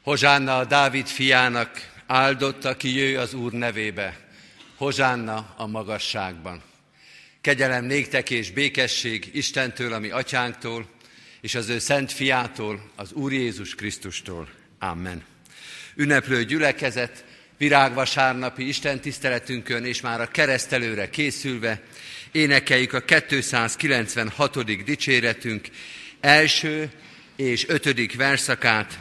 Hozsánna a Dávid fiának, áldott, aki jöjj az Úr nevébe. Hozsánna a magasságban. Kegyelem néktek és békesség Istentől, a mi atyánktól, és az ő szent fiától, az Úr Jézus Krisztustól. Amen. Ünneplő gyülekezet, virágvasárnapi istentiszteletünkön és már a keresztelőre készülve énekeljük a 296. dicséretünk első és 5. verszakát,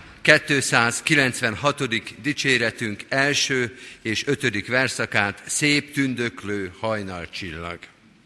296. dicséretünk első és 5. verszakát, szép tündöklő hajnalcsillag.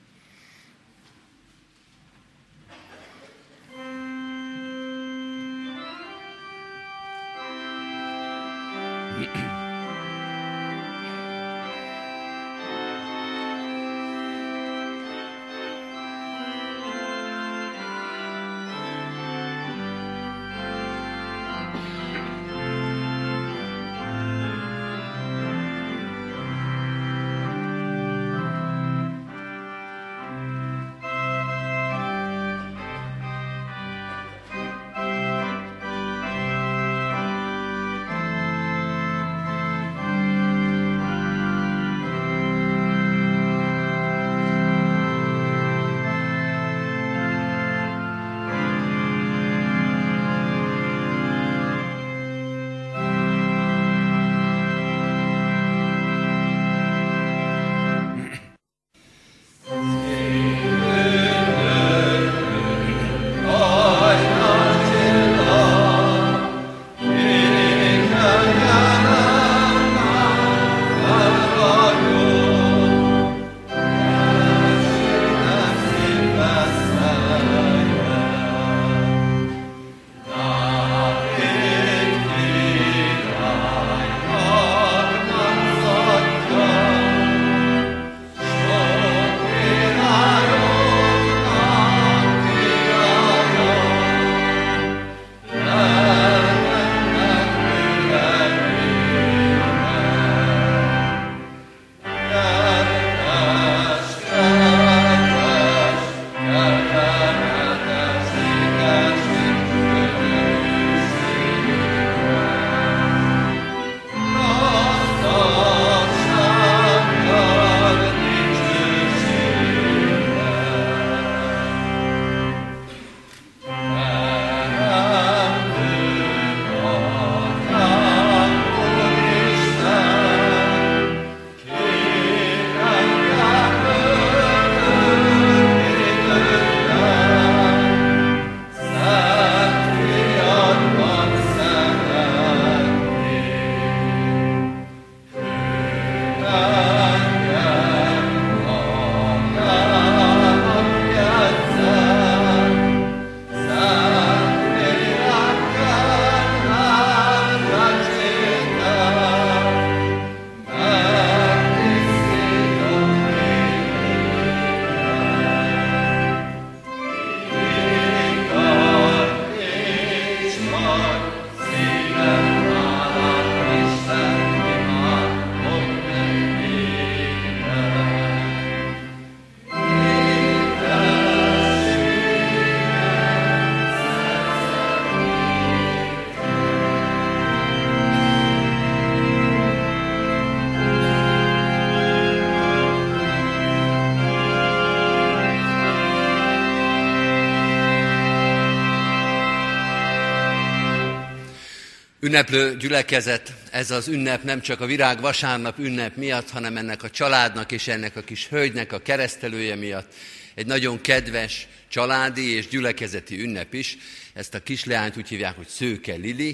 Ünneplő gyülekezet, ez az ünnep nem csak a virágvasárnap ünnep miatt, hanem ennek a családnak és ennek a kis hölgynek a keresztelője miatt egy nagyon kedves családi és gyülekezeti ünnep is. Ezt a kisleányt úgy hívják, hogy Szőke Lili,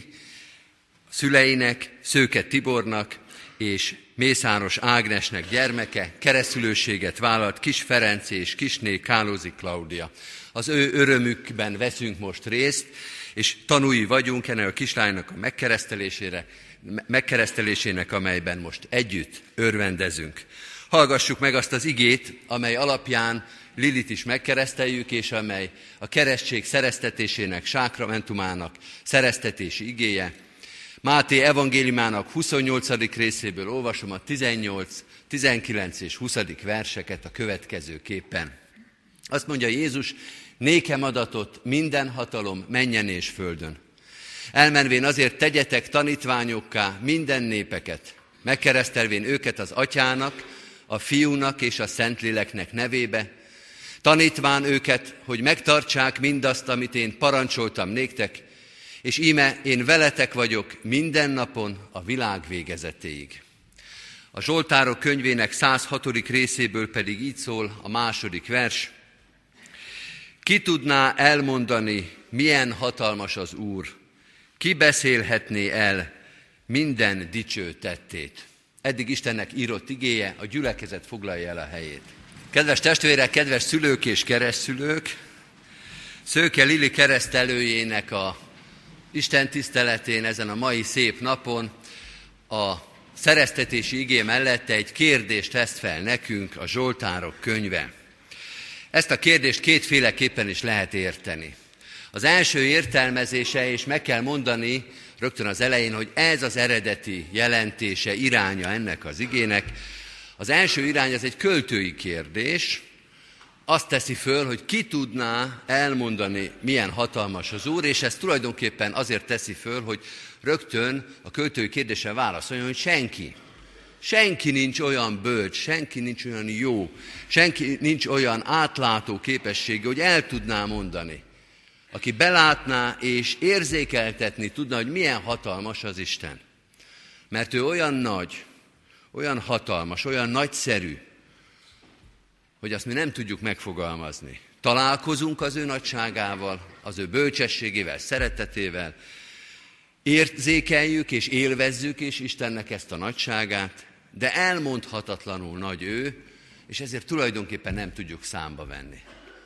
szüleinek, Szőke Tibornak és Mészáros Ágnesnek gyermeke, keresztülőséget vállalt Kis Ferenc és kisné Kálózi Klaudia. Az ő örömükben veszünk most részt, és tanúi vagyunk ennek a kislánynak a megkeresztelésének, amelyben most együtt örvendezünk. Hallgassuk meg azt az igét, amely alapján Lilit is megkereszteljük, és amely a keresztség szereztetésének, sákramentumának szereztetési igéje. Máté evangéliumának 28. részéből olvasom a 18, 19 és 20. verseket a következőképpen. Azt mondja Jézus: nékem adatott minden hatalom mennyen és földön. Elmenvén azért tegyetek tanítványokká minden népeket, megkeresztelvén őket az Atyának, a Fiúnak és a Szentléleknek nevébe, tanítván őket, hogy megtartsák mindazt, amit én parancsoltam néktek, és íme én veletek vagyok minden napon a világ végezetéig. A Zsoltárok könyvének 106. részéből pedig így szól a 2. vers. Ki tudná elmondani, milyen hatalmas az Úr? Ki beszélhetné el minden dicső tettét? Eddig Istennek írott igéje, a gyülekezet foglalja el a helyét. Kedves testvérek, kedves szülők és keresztszülők, Szőke Lili keresztelőjének a Isten tiszteletén ezen a mai szép napon a szereztetési igé mellett egy kérdést tesz fel nekünk a Zsoltárok könyve. Ezt a kérdést kétféleképpen is lehet érteni. Az első értelmezése, és meg kell mondani rögtön az elején, hogy ez az eredeti jelentése, iránya ennek az igének. Az első irány az egy költői kérdés, azt teszi föl, hogy ki tudná elmondani, milyen hatalmas az Úr, és ezt tulajdonképpen azért teszi föl, hogy rögtön a költői kérdésre válaszoljon, hogy senki. Senki nincs olyan bölcs, senki nincs olyan jó, senki nincs olyan átlátó képessége, hogy el tudná mondani. Aki belátná és érzékeltetni tudna, hogy milyen hatalmas az Isten. Mert ő olyan nagy, olyan hatalmas, olyan nagyszerű, hogy azt mi nem tudjuk megfogalmazni. Találkozunk az ő nagyságával, az ő bölcsességével, szeretetével, érzékeljük és élvezzük is Istennek ezt a nagyságát, de elmondhatatlanul nagy ő, és ezért tulajdonképpen nem tudjuk számba venni.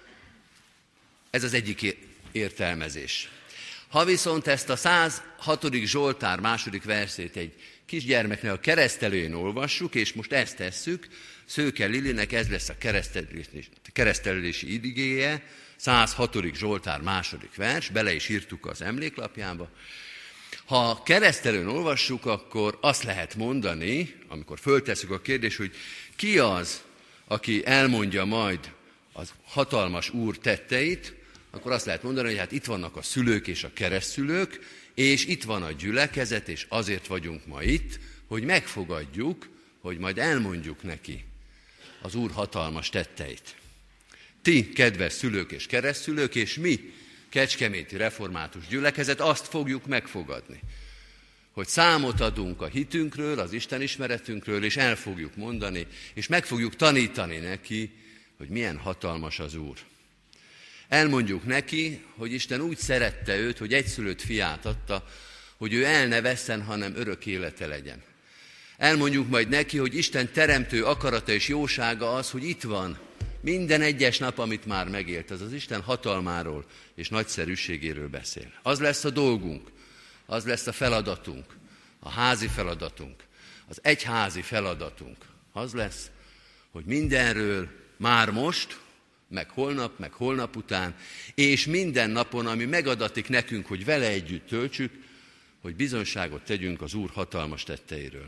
Ez az egyik értelmezés. Ha viszont ezt a 106. Zsoltár 2. versét egy kisgyermeknek a keresztelőjén olvassuk, és most ezt tesszük, Szőke Lilinek ez lesz a keresztelési igéje, 106. Zsoltár 2. vers, bele is írtuk az emléklapjába. Ha keresztelőn olvassuk, akkor azt lehet mondani, amikor föltesszük a kérdést, hogy ki az, aki elmondja majd az hatalmas Úr tetteit, akkor azt lehet mondani, hogy hát itt vannak a szülők és a keresztszülők, és itt van a gyülekezet, és azért vagyunk ma itt, hogy megfogadjuk, hogy majd elmondjuk neki az Úr hatalmas tetteit. Ti, kedves szülők és keresztszülők, és mi, Kecskeméti Református Gyülekezet, azt fogjuk megfogadni, hogy számot adunk a hitünkről, az istenismeretünkről, és el fogjuk mondani, és meg fogjuk tanítani neki, hogy milyen hatalmas az Úr. Elmondjuk neki, hogy Isten úgy szerette őt, hogy egyszülött fiát adta, hogy ő el ne vesszen, hanem örök élete legyen. Elmondjuk majd neki, hogy Isten teremtő akarata és jósága az, hogy itt van minden egyes nap, amit már megélt. Az Isten hatalmáról és nagyszerűségéről beszél. Az lesz a dolgunk, az lesz a feladatunk, a házi feladatunk, az egyházi feladatunk. Az lesz, hogy mindenről már most, meg holnap után, és minden napon, ami megadatik nekünk, hogy vele együtt töltsük, hogy bizonyságot tegyünk az Úr hatalmas tetteiről.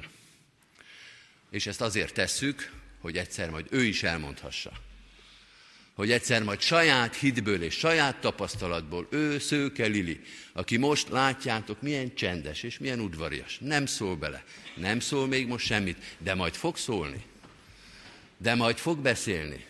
És ezt azért tesszük, hogy egyszer majd ő is elmondhassa. Hogy egyszer majd saját hitből és saját tapasztalatból ő, Szőke Lili, aki most látjátok, milyen csendes és milyen udvarias, nem szól bele, nem szól még most semmit, de majd fog szólni, de majd fog beszélni.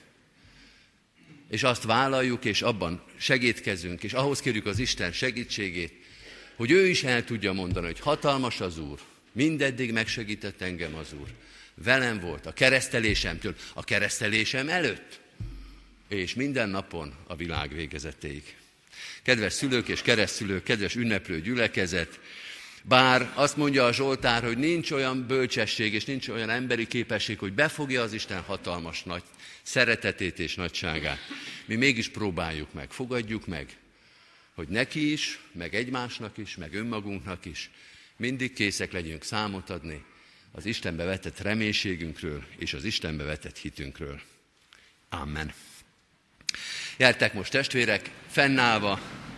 És azt vállaljuk, és abban segítkezünk, és ahhoz kérjük az Isten segítségét, hogy ő is el tudja mondani, hogy hatalmas az Úr, mindeddig megsegített engem az Úr. Velem volt a keresztelésemtől, a keresztelésem előtt, és minden napon a világ végezetéig. Kedves szülők és keresztszülők, kedves ünneplő gyülekezet, bár azt mondja a Zsoltár, hogy nincs olyan bölcsesség és nincs olyan emberi képesség, hogy befogja az Isten hatalmas nagy szeretetét és nagyságát. Mi mégis próbáljuk meg, fogadjuk meg, hogy neki is, meg egymásnak is, meg önmagunknak is mindig készek legyünk számot adni az Istenbe vetett reménységünkről és az Istenbe vetett hitünkről. Amen. Gyertek most testvérek, fennállva,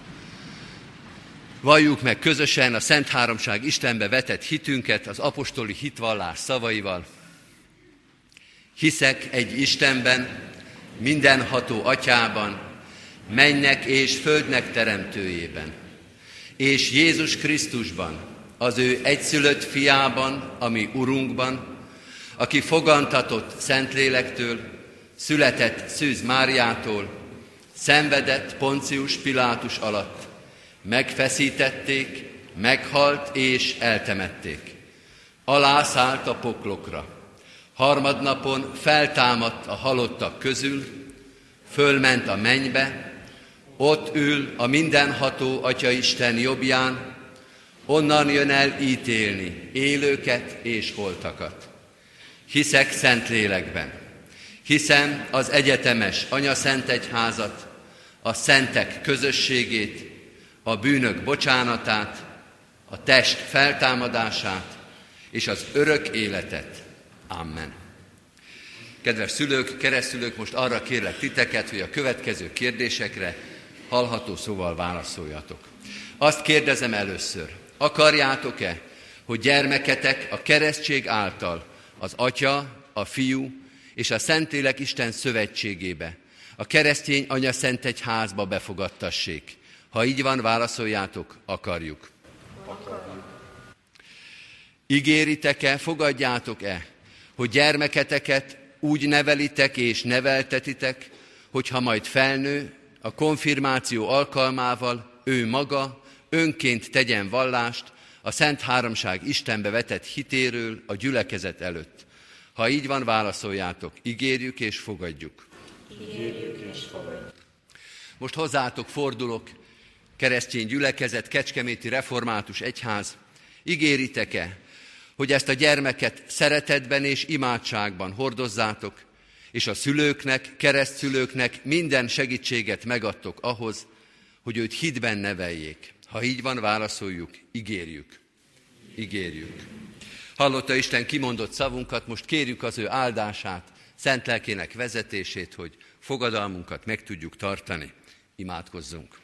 valljuk meg közösen a Szent Háromság Istenbe vetett hitünket az apostoli hitvallás szavaival. Hiszek egy Istenben, mindenható Atyában, mennynek és földnek teremtőjében, és Jézus Krisztusban, az ő egyszülött fiában, ami Urunkban, aki fogantatott Szentlélektől, született Szűz Máriától, szenvedett Poncius Pilátus alatt, megfeszítették, meghalt és eltemették. Alászállt a poklokra. Harmadnapon feltámadt a halottak közül, fölment a mennybe, ott ül a mindenható Atyaisten jobbján, onnan jön el ítélni élőket és holtakat. Hiszek Szentlélekben, hiszem az egyetemes Anyaszentegyházat, a szentek közösségét, a bűnök bocsánatát, a test feltámadását és az örök életet. Amen. Kedves szülők, keresztülők, most arra kérlek titeket, hogy a következő kérdésekre hallható szóval válaszoljatok. Azt kérdezem először, akarjátok-e, hogy gyermeketek a keresztség által az Atya, a Fiú és a Szentlélek Isten szövetségébe, a keresztény Anyaszentegyházba befogadtassék? Ha így van, válaszoljátok, akarjuk. Ígéritek-e, fogadjátok-e, hogy gyermeketeket úgy nevelitek és neveltetitek, hogyha majd felnő, a konfirmáció alkalmával ő maga önként tegyen vallást a Szent Háromság Istenbe vetett hitéről a gyülekezet előtt? Ha így van, válaszoljátok, ígérjük és fogadjuk. Ígérjük és fogadjuk. Most hozzátok fordulok, keresztény gyülekezet, Kecskeméti Református Egyház. Ígéritek-e, hogy ezt a gyermeket szeretetben és imádságban hordozzátok, és a szülőknek, keresztszülőknek minden segítséget megadtok ahhoz, hogy őt hitben neveljék? Ha így van, válaszoljuk, ígérjük. Ígérjük. Hallotta Isten kimondott szavunkat, most kérjük az ő áldását, szent lelkének vezetését, hogy fogadalmunkat meg tudjuk tartani. Imádkozzunk.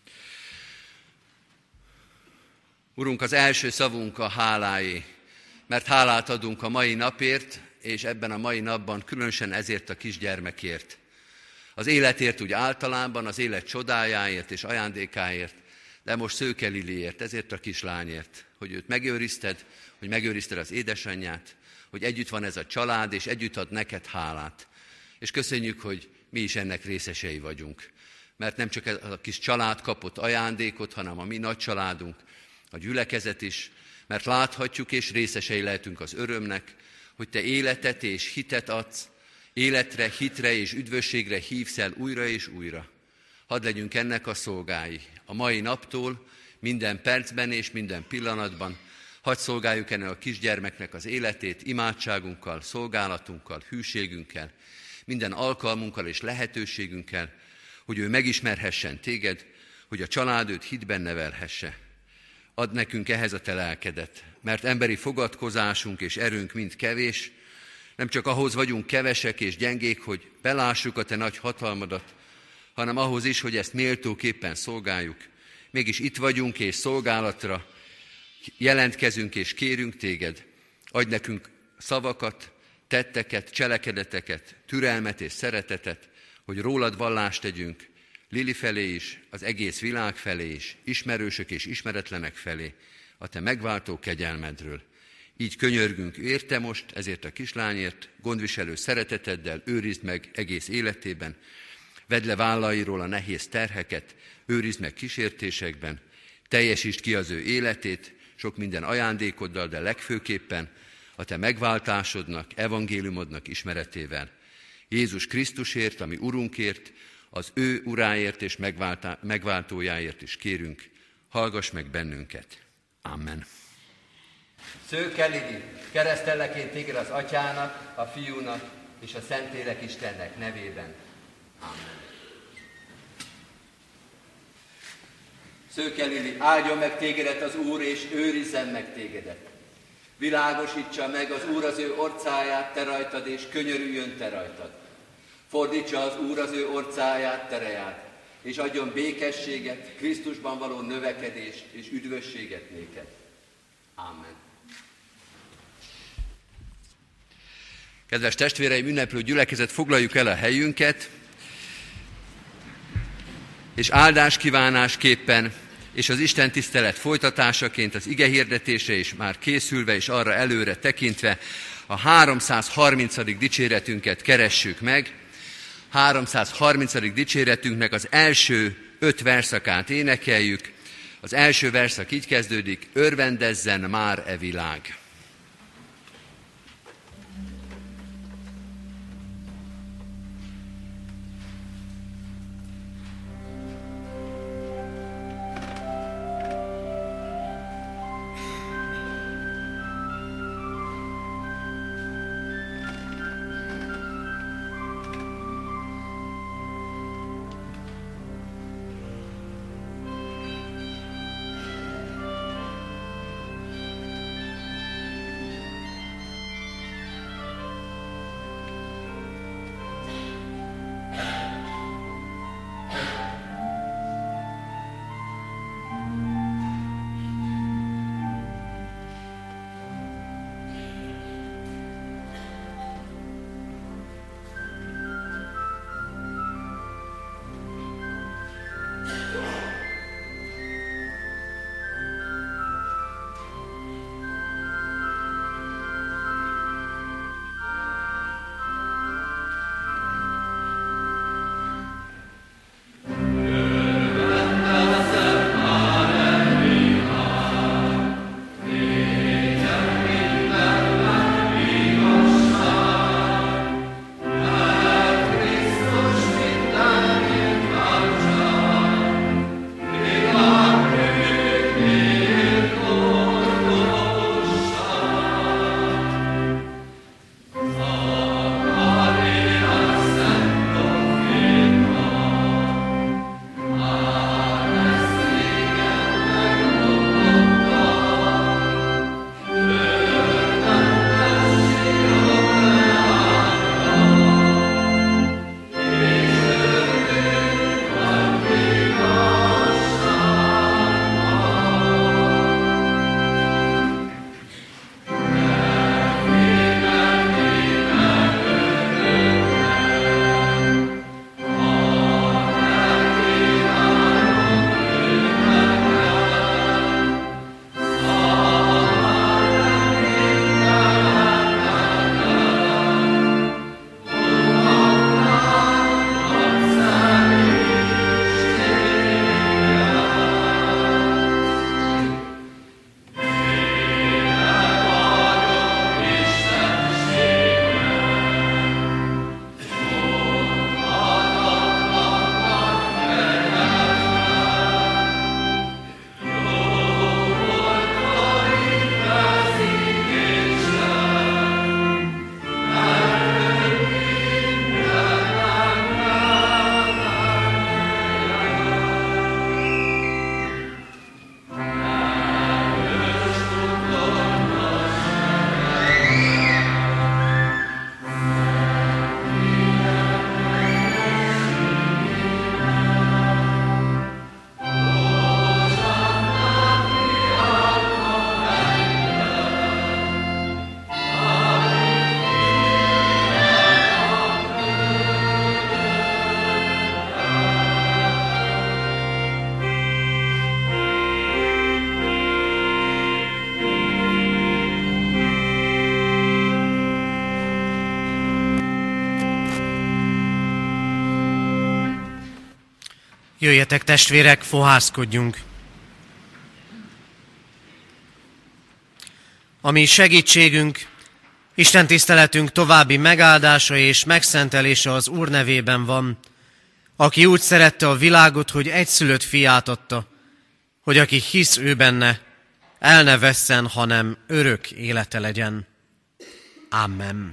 Urunk, az első szavunk a háláé, mert hálát adunk a mai napért, és ebben a mai napban különösen ezért a kisgyermekért. Az életért úgy általában, az élet csodájáért és ajándékáért, de most Szőke Liliért, ezért a kislányért, hogy őt megőrizted, hogy megőrizted az édesanyját, hogy együtt van ez a család, és együtt ad neked hálát. És köszönjük, hogy mi is ennek részesei vagyunk. Mert nem csak ez a kis család kapott ajándékot, hanem a mi nagy családunk, a gyülekezet is, mert láthatjuk és részesei lehetünk az örömnek, hogy te életet és hitet adsz, életre, hitre és üdvösségre hívsz el újra és újra. Hadd legyünk ennek a szolgái. A mai naptól, minden percben és minden pillanatban, hadd szolgáljuk ennek a kisgyermeknek az életét imádságunkkal, szolgálatunkkal, hűségünkkel, minden alkalmunkkal és lehetőségünkkel, hogy ő megismerhessen téged, hogy a család őt hitben nevelhesse. Add nekünk ehhez a te lelkedet, mert emberi fogadkozásunk és erőnk mind kevés, nem csak ahhoz vagyunk kevesek és gyengék, hogy belássuk a te nagy hatalmadat, hanem ahhoz is, hogy ezt méltóképpen szolgáljuk. Mégis itt vagyunk és szolgálatra jelentkezünk és kérünk téged. Adj nekünk szavakat, tetteket, cselekedeteket, türelmet és szeretetet, hogy rólad vallást tegyünk, Lili felé is, az egész világ felé is, ismerősök és ismeretlenek felé, a te megváltó kegyelmedről. Így könyörgünk érte most, ezért a kislányért, gondviselő szereteteddel őrizd meg egész életében, vedd le vállairól a nehéz terheket, őrizd meg kísértésekben, teljesítsd ki az ő életét, sok minden ajándékoddal, de legfőképpen a te megváltásodnak, evangéliumodnak ismeretével. Jézus Krisztusért, ami Urunkért, az ő uráért és megváltójáért is kérünk, hallgass meg bennünket. Amen. Szőke Lili, keresztellek én téged az Atyának, a Fiúnak és a Szentlélek Istennek nevében. Amen. Szőke Lili, áldjon meg tégedet az Úr, és őrizzen meg tégedet. Világosítsa meg az Úr az ő orcáját te rajtad, és könyörüljön te rajtad. Fordítsa az Úr az ő orcáját, te reád, és adjon békességet, Krisztusban való növekedést és üdvösséget néked. Amen. Kedves testvéreim, ünneplő gyülekezet, foglaljuk el a helyünket, és áldáskívánásképpen és az Isten tisztelet folytatásaként az ige hirdetése is már készülve, és arra előre tekintve a 330. dicséretünket keressük meg. 330. dicséretünknek az első 5 verszakát énekeljük. Az első verszak így kezdődik: örvendezzen már e világ. Jöjjetek, testvérek, fohászkodjunk! A mi segítségünk, Isten tiszteletünk további megáldása és megszentelése az Úr nevében van, aki úgy szerette a világot, hogy egyszülött fiát adta, hogy aki hisz ő benne, el ne vesszen, hanem örök élete legyen. Amen.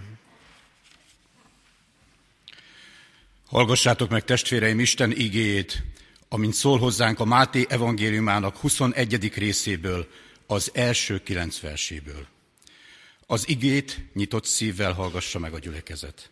Hallgassátok meg, testvéreim, Isten igéjét, amint szól hozzánk a Máté evangéliumának 21. részéből, az első 9 verséből. Az igét nyitott szívvel hallgassa meg a gyülekezet.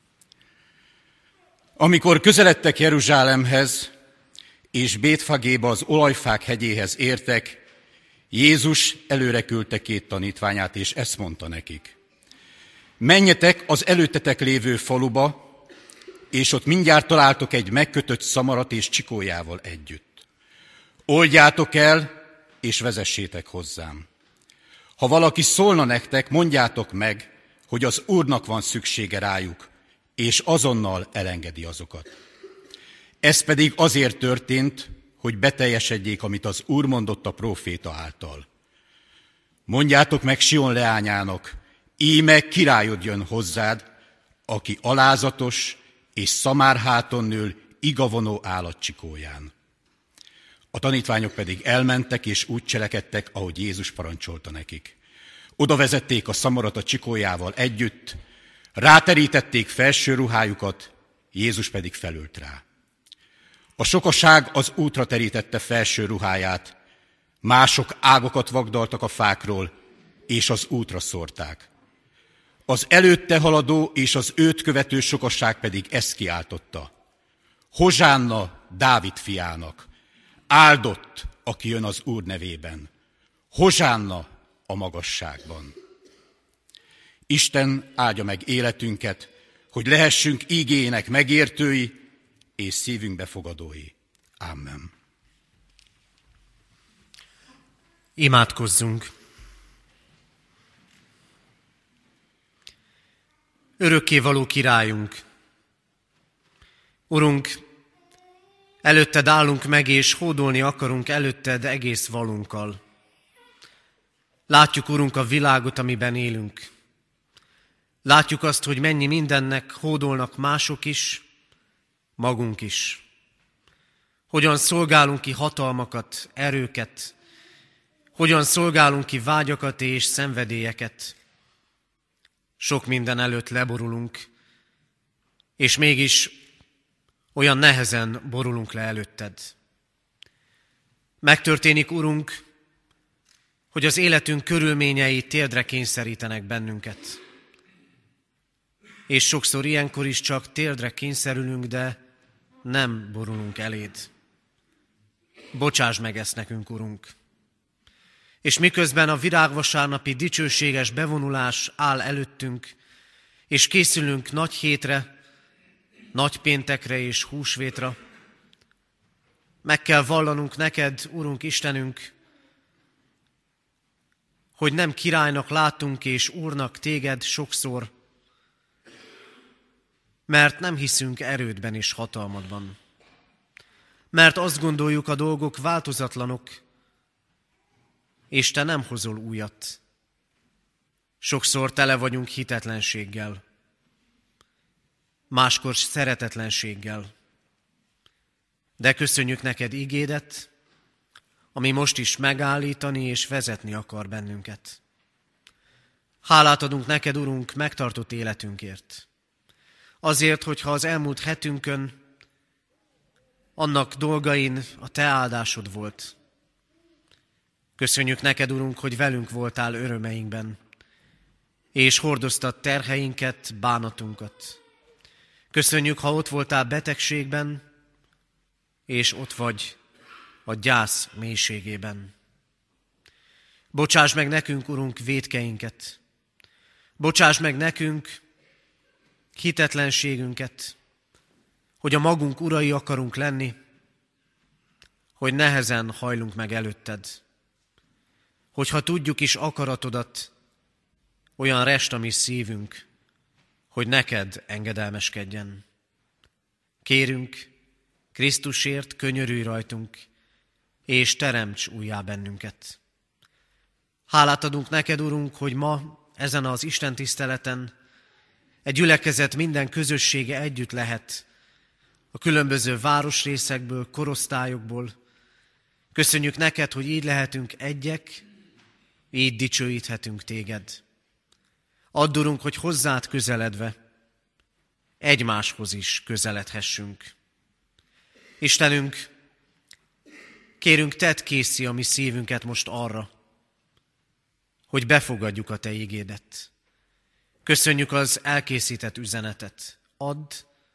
Amikor közeledtek Jeruzsálemhez, és Bétfagéba az olajfák hegyéhez értek, Jézus előre küldte 2 tanítványát, és ezt mondta nekik: menjetek az előttetek lévő faluba, és ott mindjárt találtok egy megkötött szamarat és csikójával együtt. Oldjátok el, és vezessétek hozzám. Ha valaki szólna nektek, mondjátok meg, hogy az Úrnak van szüksége rájuk, és azonnal elengedi azokat. Ez pedig azért történt, hogy beteljesedjék, amit az Úr mondott a próféta által. Mondjátok meg Sion leányának, íme királyod jön hozzád, aki alázatos és szamárháton nől igavonó állatcsikóján. A tanítványok pedig elmentek, és úgy cselekedtek, ahogy Jézus parancsolta nekik. Oda vezették a szamarat a csikójával együtt, ráterítették felső ruhájukat, Jézus pedig felült rá. A sokaság az útra terítette felső ruháját, mások ágokat vagdaltak a fákról, és az útra szórták. Az előtte haladó és az őt követő sokaság pedig ezt kiáltotta: Hozsánna Dávid fiának! Áldott, aki jön az Úr nevében! Hozsánna a magasságban! Isten áldja meg életünket, hogy lehessünk ígéjének megértői és szívünk befogadói. Amen. Imádkozzunk! Örökkévaló királyunk! Urunk, előtted állunk meg, és hódolni akarunk előtted egész valunkkal. Látjuk, Urunk, a világot, amiben élünk. Látjuk azt, hogy mennyi mindennek hódolnak mások is, magunk is. Hogyan szolgálunk ki hatalmakat, erőket, hogyan szolgálunk ki vágyakat és szenvedélyeket. Sok minden előtt leborulunk, és mégis olyan nehezen borulunk le előtted. Megtörténik, Urunk, hogy az életünk körülményei térdre kényszerítenek bennünket. És sokszor ilyenkor is csak térdre kényszerülünk, de nem borulunk eléd. Bocsáss meg ezt nekünk, Urunk. És miközben a virágvasárnapi dicsőséges bevonulás áll előttünk, és készülünk nagy hétre, nagy péntekre és húsvétra, meg kell vallanunk neked, Urunk Istenünk, hogy nem királynak látunk és Úrnak téged sokszor, mert nem hiszünk erődben és hatalmadban. Mert azt gondoljuk, a dolgok változatlanok, és te nem hozol újat. Sokszor tele vagyunk hitetlenséggel, máskor szeretetlenséggel. De köszönjük neked igédet, ami most is megállítani és vezetni akar bennünket. Hálát adunk neked, Urunk, megtartott életünkért. Azért, hogyha az elmúlt hetünkön annak dolgain a te áldásod volt. Köszönjük neked, Urunk, hogy velünk voltál örömeinkben, és hordoztad terheinket, bánatunkat. Köszönjük, ha ott voltál betegségben, és ott vagy a gyász mélységében. Bocsáss meg nekünk, Urunk, vétkeinket. Bocsáss meg nekünk hitetlenségünket, hogy a magunk urai akarunk lenni, hogy nehezen hajlunk meg előtted. Hogyha tudjuk is akaratodat, olyan rest a mi szívünk, hogy neked engedelmeskedjen. Kérünk, Krisztusért könyörülj rajtunk, és teremts újjá bennünket. Hálát adunk neked, Urunk, hogy ma ezen az Isten tiszteleten egy gyülekezet minden közössége együtt lehet a különböző városrészekből, korosztályokból. Köszönjük neked, hogy így lehetünk egyek, így dicsőíthetünk téged. Add, Urunk, hogy hozzád közeledve egymáshoz is közeledhessünk. Istenünk, kérünk, tedd készé a mi szívünket most arra, hogy befogadjuk a te ígédet. Köszönjük az elkészített üzenetet. Add,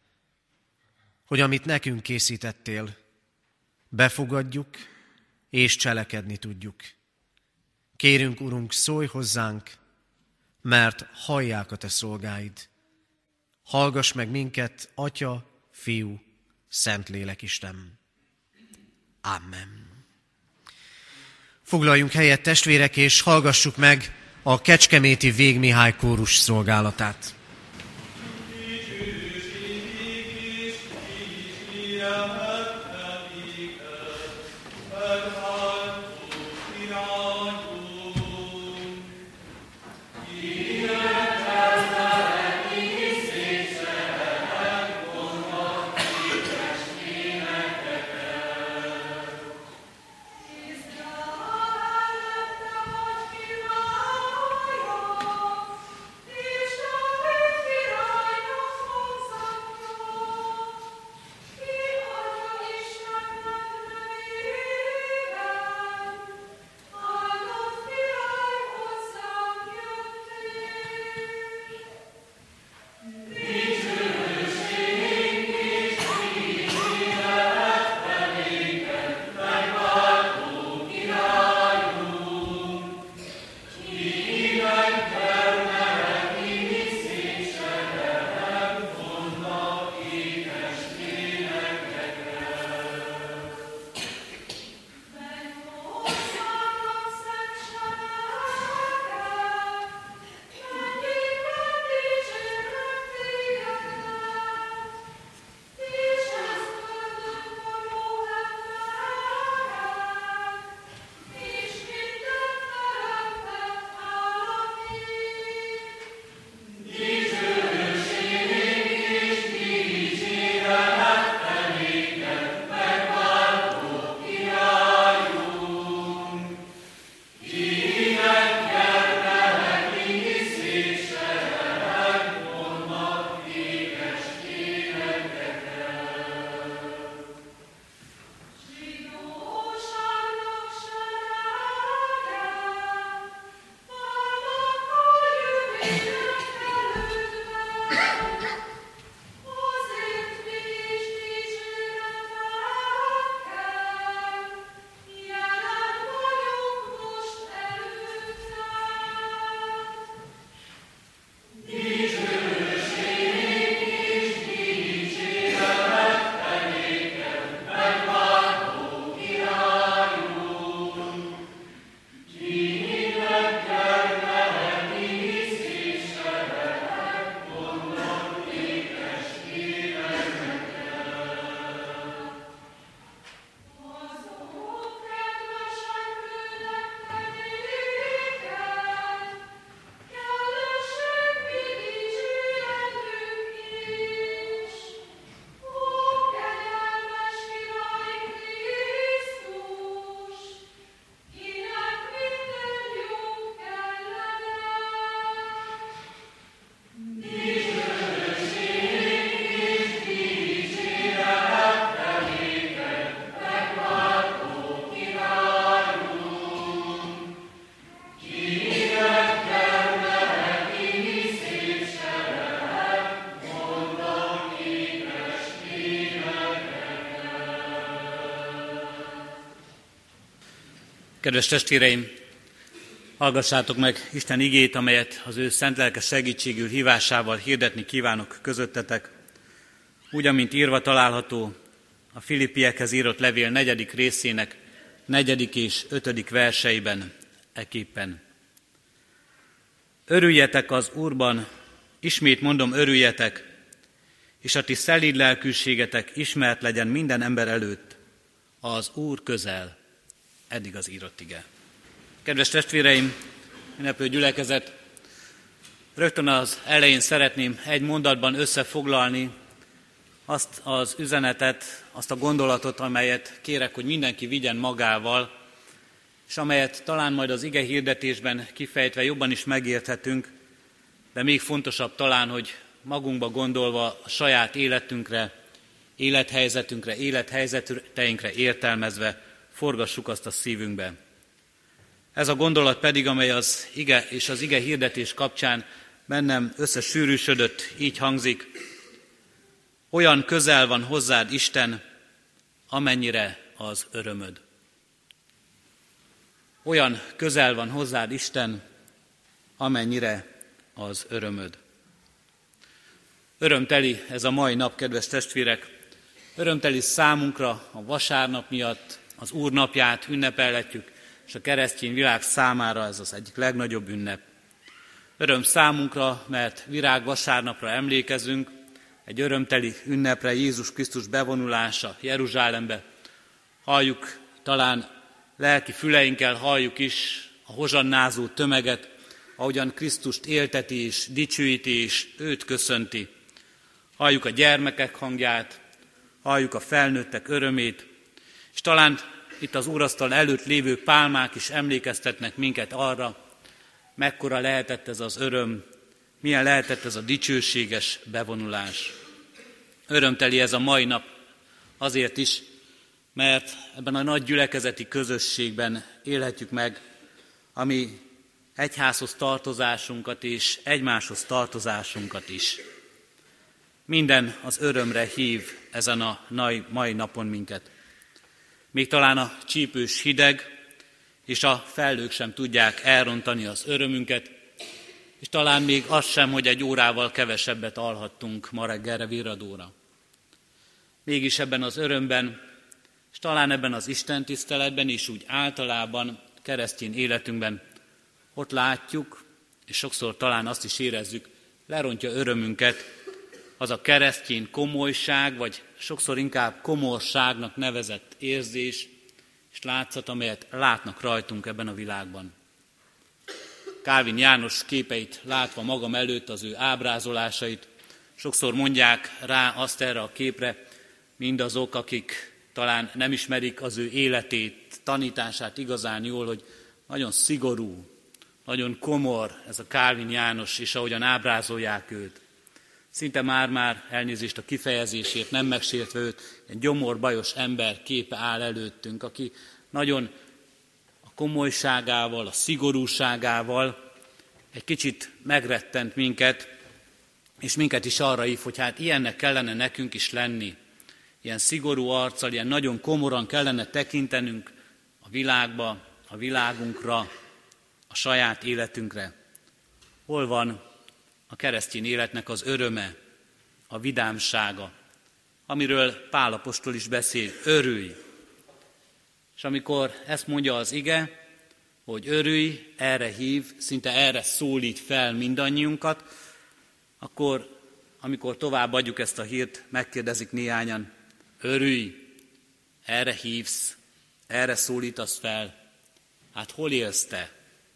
hogy amit nekünk készítettél, befogadjuk és cselekedni tudjuk. Kérünk, Urunk, szólj hozzánk, mert hallják a te szolgáid. Hallgass meg minket, Atya, Fiú, Szentlélek Isten. Amen. Foglaljunk helyet, testvérek, és hallgassuk meg a kecskeméti Vég Mihály kórus szolgálatát. Kedves testvéreim, hallgassátok meg Isten igét, amelyet az ő szent lelke segítségül hívásával hirdetni kívánok közöttetek, úgy, amint írva található a Filippiekhez írott levél 4. részének 4. és 5. verseiben eképpen. Örüljetek az Úrban, ismét mondom, örüljetek, és a ti szelíd lelkűségetek ismert legyen minden ember előtt, az Úr közel. Eddig az írott ige. Kedves testvéreim, ünneplő gyülekezet, rögtön az elején szeretném egy mondatban összefoglalni azt az üzenetet, azt a gondolatot, amelyet kérek, hogy mindenki vigyen magával, és amelyet talán majd az ige hirdetésben kifejtve jobban is megérthetünk, de még fontosabb talán, hogy magunkba gondolva a saját életünkre, élethelyzetünkre, élethelyzeteinkre értelmezve forgassuk azt a szívünkbe. Ez a gondolat pedig, amely az ige és az ige hirdetés kapcsán bennem összesűrűsödött, így hangzik: olyan közel van hozzád Isten, amennyire az örömöd. Olyan közel van hozzád Isten, amennyire az örömöd. Örömteli ez a mai nap, kedves testvérek, örömteli számunkra a vasárnap miatt, az Úr napját ünnepelhetjük, és a keresztény világ számára ez az egyik legnagyobb ünnep. Öröm számunkra, mert virágvasárnapra emlékezünk, egy örömteli ünnepre, Jézus Krisztus bevonulása Jeruzsálembe. Halljuk, talán lelki füleinkkel halljuk is a hozsannázó tömeget, ahogyan Krisztust élteti és dicsőíti és őt köszönti. Halljuk a gyermekek hangját, halljuk a felnőttek örömét, és talán itt az úrasztal előtt lévő pálmák is emlékeztetnek minket arra, mekkora lehetett ez az öröm, milyen lehetett ez a dicsőséges bevonulás. Örömteli ez a mai nap azért is, mert ebben a nagy gyülekezeti közösségben élhetjük meg a mi egyházhoz tartozásunkat és egymáshoz tartozásunkat is. Minden az örömre hív ezen a mai napon minket. Még talán a csípős hideg és a felhők sem tudják elrontani az örömünket, és talán még az sem, hogy egy órával kevesebbet alhattunk ma reggelre virradóra. Mégis ebben az örömben, és talán ebben az istentiszteletben is úgy általában keresztény életünkben ott látjuk, és sokszor talán azt is érezzük, lerontja örömünket az a keresztény komolyság, vagy sokszor inkább komorságnak nevezett érzés és látszat, amelyet látnak rajtunk ebben a világban. Kálvin János képeit látva magam előtt, az ő ábrázolásait, sokszor mondják rá azt erre a képre mindazok, akik talán nem ismerik az ő életét, tanítását igazán jól, hogy nagyon szigorú, nagyon komor ez a Kálvin János, és ahogyan ábrázolják őt. Szinte már elnézést a kifejezésért, nem megsértve őt, egy gyomorbajos ember képe áll előttünk, aki nagyon a komolyságával, a szigorúságával egy kicsit megrettent minket, és minket is arra hív, hogy hát ilyennek kellene nekünk is lenni. Ilyen szigorú arccal, ilyen nagyon komoran kellene tekintenünk a világba, a világunkra, a saját életünkre. Hol van a keresztény életnek az öröme, a vidámsága, amiről Pál apostol is beszél, örülj. És amikor ezt mondja az ige, hogy örülj, erre hív, szinte erre szólít fel mindannyiunkat, akkor, amikor továbbadjuk ezt a hírt, megkérdezik néhányan, örülj, erre hívsz, erre szólítasz fel, hát hol élsz te?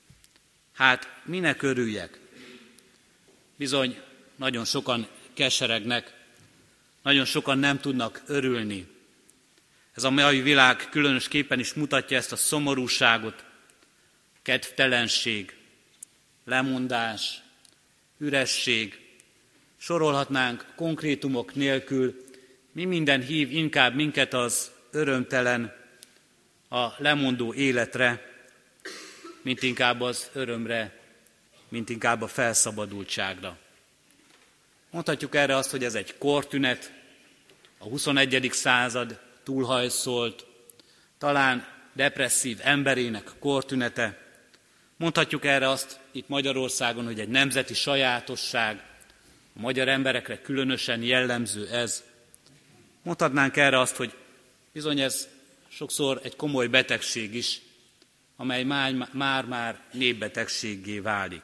Hát minek örüljek? Bizony, nagyon sokan keseregnek, nagyon sokan nem tudnak örülni. Ez a mai világ különösképpen is mutatja ezt a szomorúságot, kedvtelenség, lemondás, üresség. Sorolhatnánk konkrétumok nélkül, mi minden hív inkább minket az örömtelen, a lemondó életre, mint inkább az örömre, mint inkább a felszabadultságra. Mondhatjuk erre azt, hogy ez egy kortünet, a 21. század túlhajszolt, talán depresszív emberének kortünete. Mondhatjuk erre azt itt Magyarországon, hogy egy nemzeti sajátosság, a magyar emberekre különösen jellemző ez. Mondhatnánk erre azt, hogy bizony ez sokszor egy komoly betegség is, amely már népbetegséggé válik.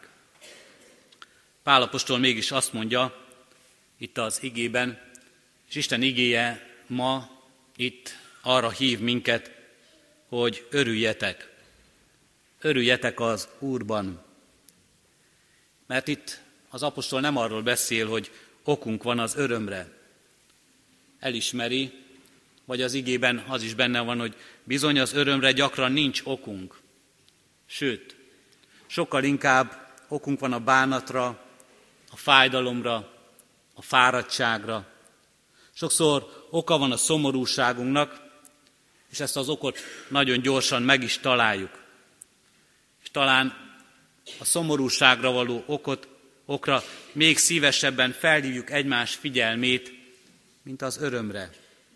Pál apostol mégis azt mondja itt az igében, és Isten igéje ma itt arra hív minket, hogy örüljetek. Örüljetek az Úrban. Mert itt az apostol nem arról beszél, hogy okunk van az örömre. Elismeri, vagy az igében az is benne van, hogy bizony az örömre gyakran nincs okunk. Sőt, sokkal inkább okunk van a bánatra, a fájdalomra, a fáradtságra. Sokszor oka van a szomorúságunknak, és ezt az okot nagyon gyorsan meg is találjuk. És talán a szomorúságra való okra még szívesebben felhívjuk egymás figyelmét, mint az örömre.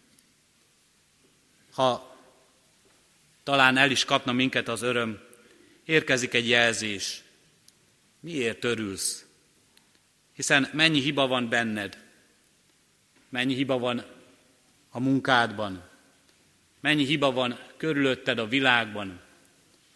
Ha talán el is kapna minket az öröm, érkezik egy jelzés. Miért örülsz? Hiszen mennyi hiba van benned, mennyi hiba van a munkádban, mennyi hiba van körülötted a világban.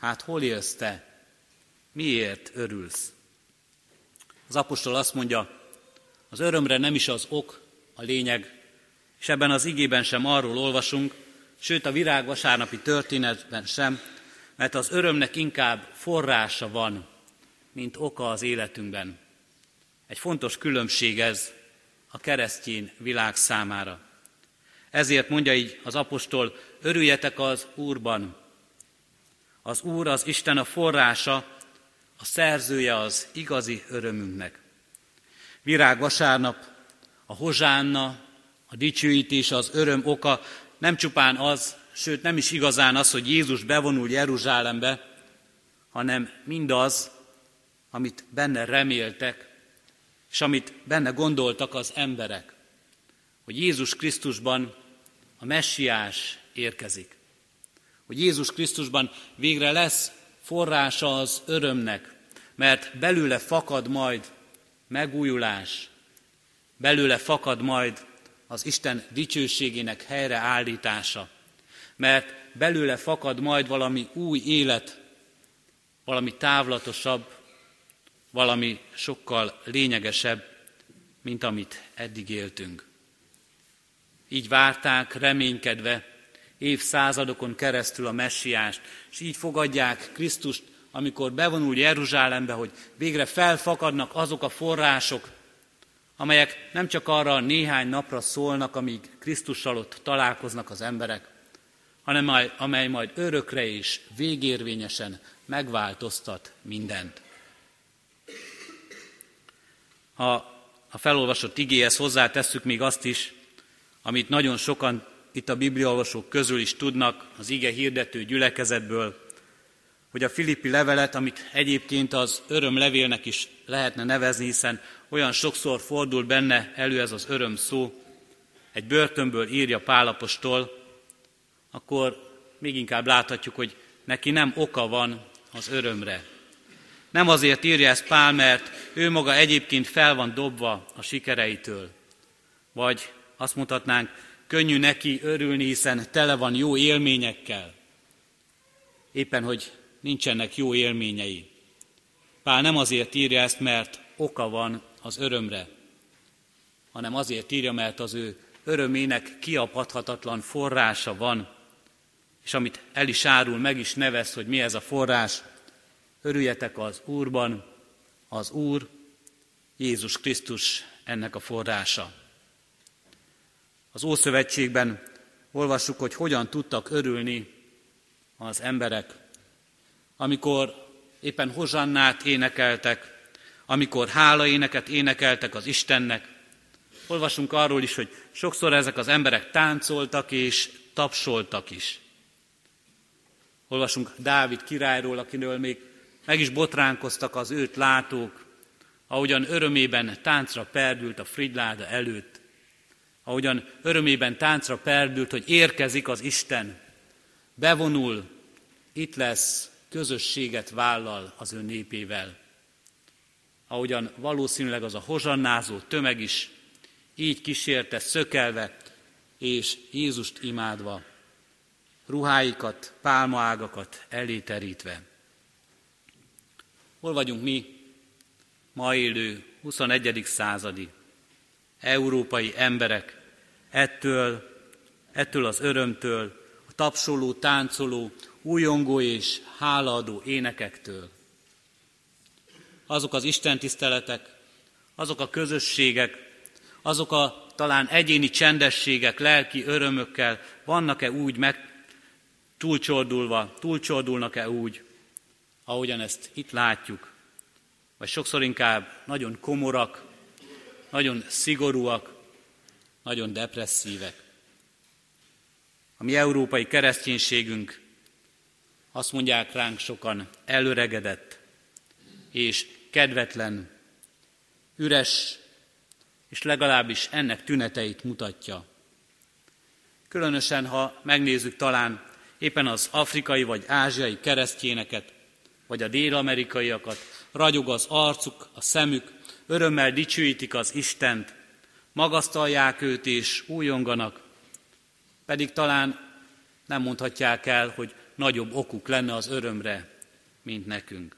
Hát hol élsz te? Miért örülsz? Az apostol azt mondja, az örömre nem is az ok a lényeg, és ebben az igében sem arról olvasunk, sőt a virágvasárnapi történetben sem, mert az örömnek inkább forrása van, mint oka az életünkben. Egy fontos különbség ez a keresztény világ számára. Ezért mondja így az apostol, örüljetek az Úrban. Az Úr, az Isten a forrása, a szerzője az igazi örömünknek. Virágvasárnap, a hozsánna, a dicsőítés, az öröm oka nem csupán az, sőt nem is igazán az, hogy Jézus bevonul Jeruzsálembe, hanem mindaz, amit benne reméltek, és amit benne gondoltak az emberek, hogy Jézus Krisztusban a messiás érkezik. Hogy Jézus Krisztusban végre lesz forrása az örömnek, mert belőle fakad majd megújulás, belőle fakad majd az Isten dicsőségének helyreállítása, mert belőle fakad majd valami új élet, valami távlatosabb, valami sokkal lényegesebb, mint amit eddig éltünk. Így várták, reménykedve, évszázadokon keresztül a messiást, és így fogadják Krisztust, amikor bevonul Jeruzsálembe, hogy végre felfakadnak azok a források, amelyek nem csak arra néhány napra szólnak, amíg Krisztussal ott találkoznak az emberek, hanem amely majd örökre és végérvényesen megváltoztat mindent. Ha a felolvasott igéhez hozzátesszük még azt is, amit nagyon sokan itt a bibliaolvasók közül is tudnak az ige hirdető gyülekezetből, hogy a Filippi levelet, amit egyébként az örömlevélnek is lehetne nevezni, hiszen olyan sokszor fordul benne elő ez az öröm szó, egy börtönből írja Pál apostol, akkor még inkább láthatjuk, hogy neki nem oka van az örömre. Nem azért írja ezt Pál, mert ő maga egyébként fel van dobva a sikereitől. Vagy azt mondhatnánk, könnyű neki örülni, hiszen tele van jó élményekkel. Éppen, hogy nincsenek jó élményei. Pál nem azért írja ezt, mert oka van az örömre, hanem azért írja, mert az ő örömének kiapadhatatlan forrása van, és amit el is árul, meg is nevez, hogy mi ez a forrás, örüljetek az Úrban, az Úr, Jézus Krisztus ennek a forrása. Az Ószövetségben olvassuk, hogy hogyan tudtak örülni az emberek, amikor éppen hozsannát énekeltek, amikor hálaéneket énekeltek az Istennek. Olvasunk arról is, hogy sokszor ezek az emberek táncoltak és tapsoltak is. Olvasunk Dávid királyról, akiről még meg is botránkoztak az őt látók, ahogyan örömében táncra perdült a frigyláda előtt, ahogyan örömében táncra perdült, hogy érkezik az Isten, bevonul, itt lesz, közösséget vállal az ő népével. Ahogyan valószínűleg az a hozsannázó tömeg is így kísérte szökelve és Jézust imádva, ruháikat, pálmaágakat elé terítve. Hol vagyunk mi, ma élő 21. századi európai emberek ettől az örömtől, a tapsoló, táncoló, újongó és hálaadó énekektől? Azok az istentiszteletek, azok a közösségek, azok a talán egyéni csendességek, lelki örömökkel vannak-e úgy túlcsordulnak-e úgy, ahogyan ezt itt látjuk, vagy sokszor inkább nagyon komorak, nagyon szigorúak, nagyon depresszívek. A mi európai kereszténységünk, azt mondják ránk sokan, elöregedett és kedvetlen, üres, és legalábbis ennek tüneteit mutatja. Különösen, ha megnézzük talán éppen az afrikai vagy ázsiai keresztényeket, vagy a dél-amerikaiakat, ragyog az arcuk, a szemük, örömmel dicsőítik az Istent, magasztalják őt és újonganak, pedig talán nem mondhatják el, hogy nagyobb okuk lenne az örömre, mint nekünk.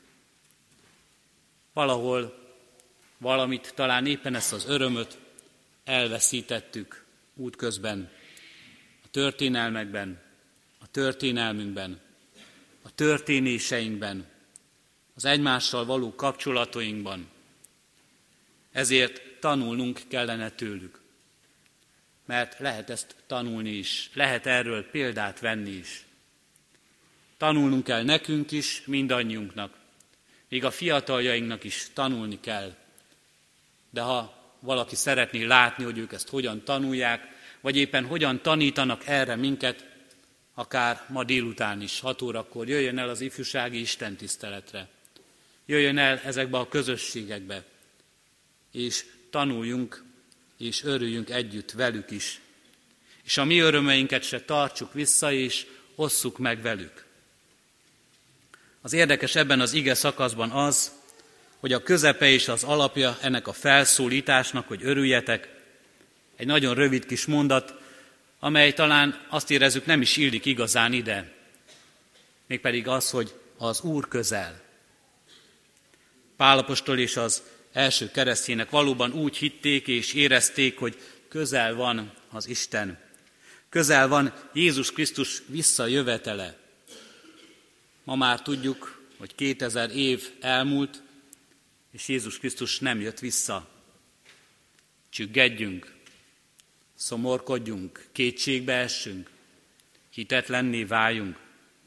Valahol valamit, talán éppen ezt az örömöt elveszítettük útközben, a történelmekben, a történelmünkben, a történéseinkben, az egymással való kapcsolatainkban. Ezért tanulnunk kellene tőlük. Mert lehet ezt tanulni is, lehet erről példát venni is. Tanulnunk kell nekünk is, mindannyiunknak, még a fiataljainknak is tanulni kell. De ha valaki szeretné látni, hogy ők ezt hogyan tanulják, vagy éppen hogyan tanítanak erre minket, akár ma délután is, 6 órakor jöjjön el az ifjúsági istentiszteletre. Jöjjön el ezekbe a közösségekbe, és tanuljunk, és örüljünk együtt velük is. És a mi örömeinket se tartsuk vissza, és osszuk meg velük. Az érdekes ebben az ige szakaszban az, hogy a közepe és az alapja ennek a felszólításnak, hogy örüljetek, egy nagyon rövid kis mondat, amely talán azt érezzük nem is illik igazán ide, mégpedig az, hogy az Úr közel. Pál apostol és az első keresztjének valóban úgy hitték és érezték, hogy közel van az Isten. Közel van Jézus Krisztus visszajövetele. Ma már tudjuk, hogy 2000 év elmúlt, és Jézus Krisztus nem jött vissza. Csüggedjünk, szomorkodjunk, kétségbe essünk, hitetlenné váljunk.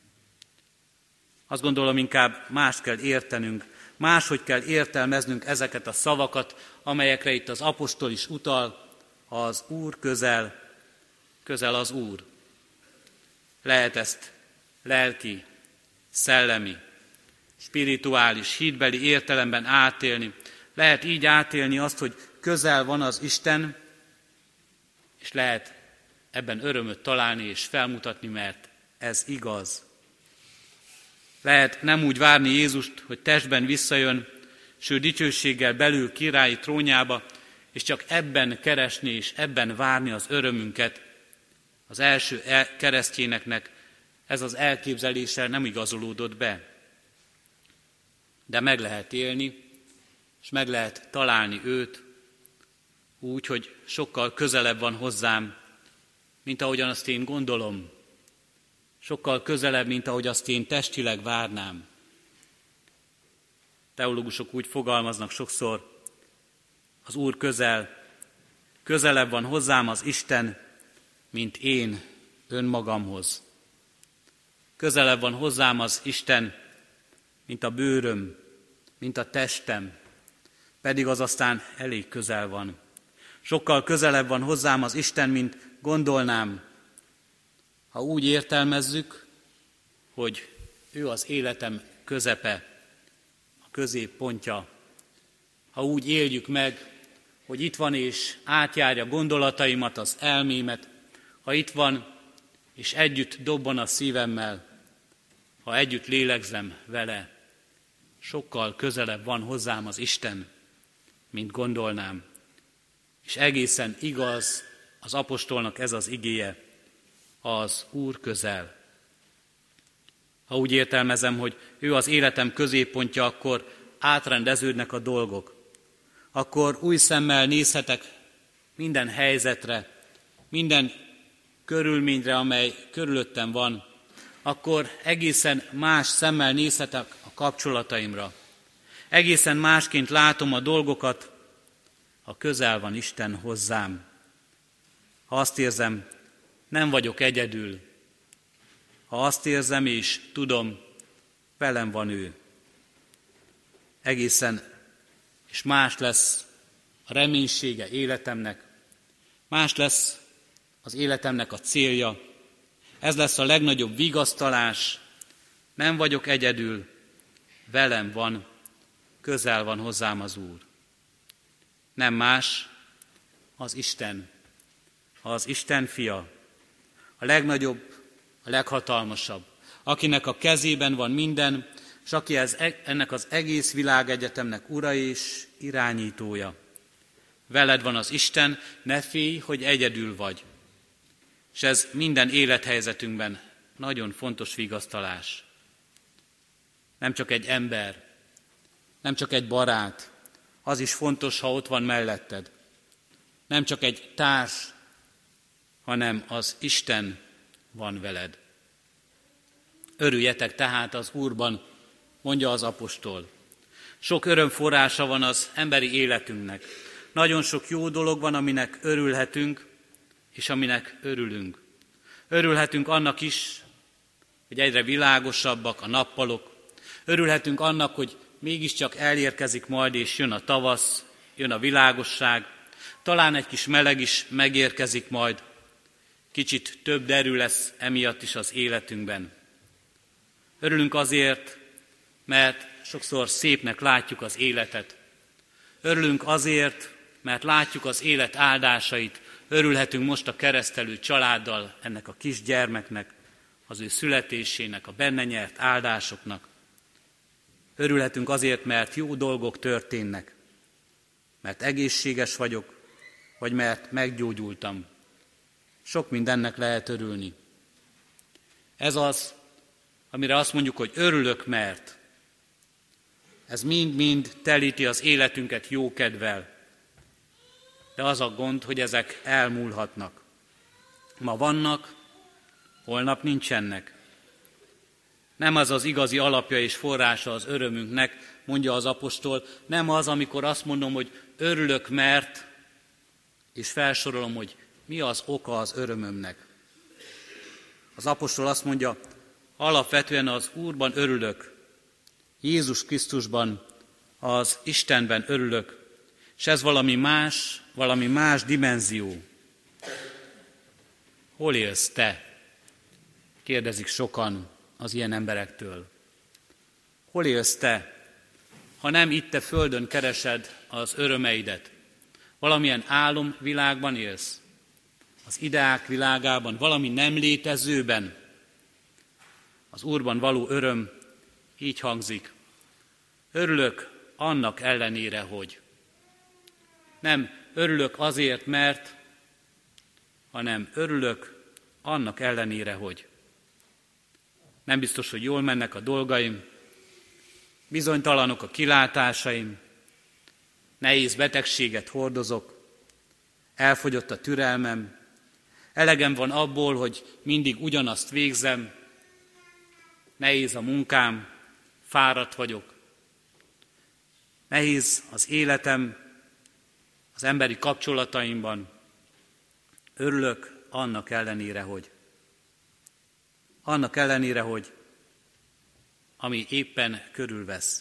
Azt gondolom, inkább mást kell értenünk, máshogy kell értelmeznünk ezeket a szavakat, amelyekre itt az apostol is utal, az Úr közel, közel az Úr. Lehet ezt lelki, szellemi, spirituális, hitbeli értelemben átélni. Lehet így átélni azt, hogy közel van az Isten, és lehet ebben örömöt találni és felmutatni, mert ez igaz. Lehet nem úgy várni Jézust, hogy testben visszajön, sőt dicsőséggel belül királyi trónjába, és csak ebben keresni és ebben várni az örömünket. Az első keresztjéneknek ez az elképzelése nem igazolódott be. De meg lehet élni, és meg lehet találni őt úgy, hogy sokkal közelebb van hozzám, mint ahogyan azt én gondolom. Sokkal közelebb, mint ahogy azt én testileg várnám. Teológusok úgy fogalmaznak sokszor, az Úr közelebb van hozzám az Isten, mint én önmagamhoz. Közelebb van hozzám az Isten, mint a bőröm, mint a testem, pedig az aztán elég közel van. Sokkal közelebb van hozzám az Isten, mint gondolnám, ha úgy értelmezzük, hogy ő az életem közepe, a középpontja. Ha úgy éljük meg, hogy itt van és átjárja gondolataimat, az elmémet, ha itt van és együtt dobban a szívemmel, ha együtt lélegzem vele, sokkal közelebb van hozzám az Isten, mint gondolnám. És egészen igaz az apostolnak ez az igéje, az Úr közel. Ha úgy értelmezem, hogy ő az életem középpontja, akkor átrendeződnek a dolgok. Akkor új szemmel nézhetek minden helyzetre, minden körülményre, amely körülöttem van. Akkor egészen más szemmel nézhetek a kapcsolataimra. Egészen másként látom a dolgokat, ha közel van Isten hozzám. Ha azt érzem, nem vagyok egyedül. Ha azt érzem és tudom, velem van ő. Egészen és más lesz a reménysége életemnek, más lesz az életemnek a célja. Ez lesz a legnagyobb vigasztalás. Nem vagyok egyedül, velem van, közel van hozzám az Úr. Nem más, az Isten fia, a legnagyobb, a leghatalmasabb, akinek a kezében van minden, és aki ennek az egész világegyetemnek ura és irányítója. Veled van az Isten, ne félj, hogy egyedül vagy. És ez minden élethelyzetünkben nagyon fontos vigasztalás. nem csak egy ember, nem csak egy barát, az is fontos, ha ott van melletted. Nem csak egy társ, hanem az Isten van veled. Örüljetek tehát az Úrban, mondja az apostol. Sok örömforrása van az emberi életünknek. Nagyon sok jó dolog van, aminek örülhetünk, és aminek örülünk. Örülhetünk annak is, hogy egyre világosabbak a nappalok. Örülhetünk annak, hogy mégiscsak elérkezik majd, és jön a tavasz, jön a világosság. Talán egy kis meleg is megérkezik majd. Kicsit több derű lesz emiatt is az életünkben. Örülünk azért, mert sokszor szépnek látjuk az életet. Örülünk azért, mert látjuk az élet áldásait. Örülhetünk most a keresztelő családdal, ennek a kisgyermeknek, az ő születésének, a benne nyert áldásoknak. Örülhetünk azért, mert jó dolgok történnek, mert egészséges vagyok, vagy mert meggyógyultam. Sok mindennek lehet örülni. Ez az, amire azt mondjuk, hogy örülök, mert ez mind-mind telíti az életünket jókedvel. De az a gond, hogy ezek elmúlhatnak. Ma vannak, holnap nincsenek. Nem az az igazi alapja és forrása az örömünknek, mondja az apostol, nem az, amikor azt mondom, hogy örülök, mert, és felsorolom, hogy mi az oka az örömömnek. Az apostol azt mondja, alapvetően az Úrban örülök, Jézus Krisztusban, az Istenben örülök, és ez valami más dimenzió. Hol élsz te? Kérdezik sokan az ilyen emberektől. Hol élsz te, ha nem itt te földön keresed az örömeidet? Valamilyen álomvilágban élsz? Az ideák világában, valami nem létezőben? Az Úrban való öröm így hangzik. Örülök annak ellenére, hogy. Nem örülök azért, mert, hanem örülök annak ellenére, hogy. Nem biztos, hogy jól mennek a dolgaim, bizonytalanok a kilátásaim, nehéz betegséget hordozok, elfogyott a türelmem, elegem van abból, hogy mindig ugyanazt végzem, nehéz a munkám, fáradt vagyok, nehéz az életem, az emberi kapcsolataimban. Örülök annak ellenére, hogy. Annak ellenére, hogy ami éppen körülvesz.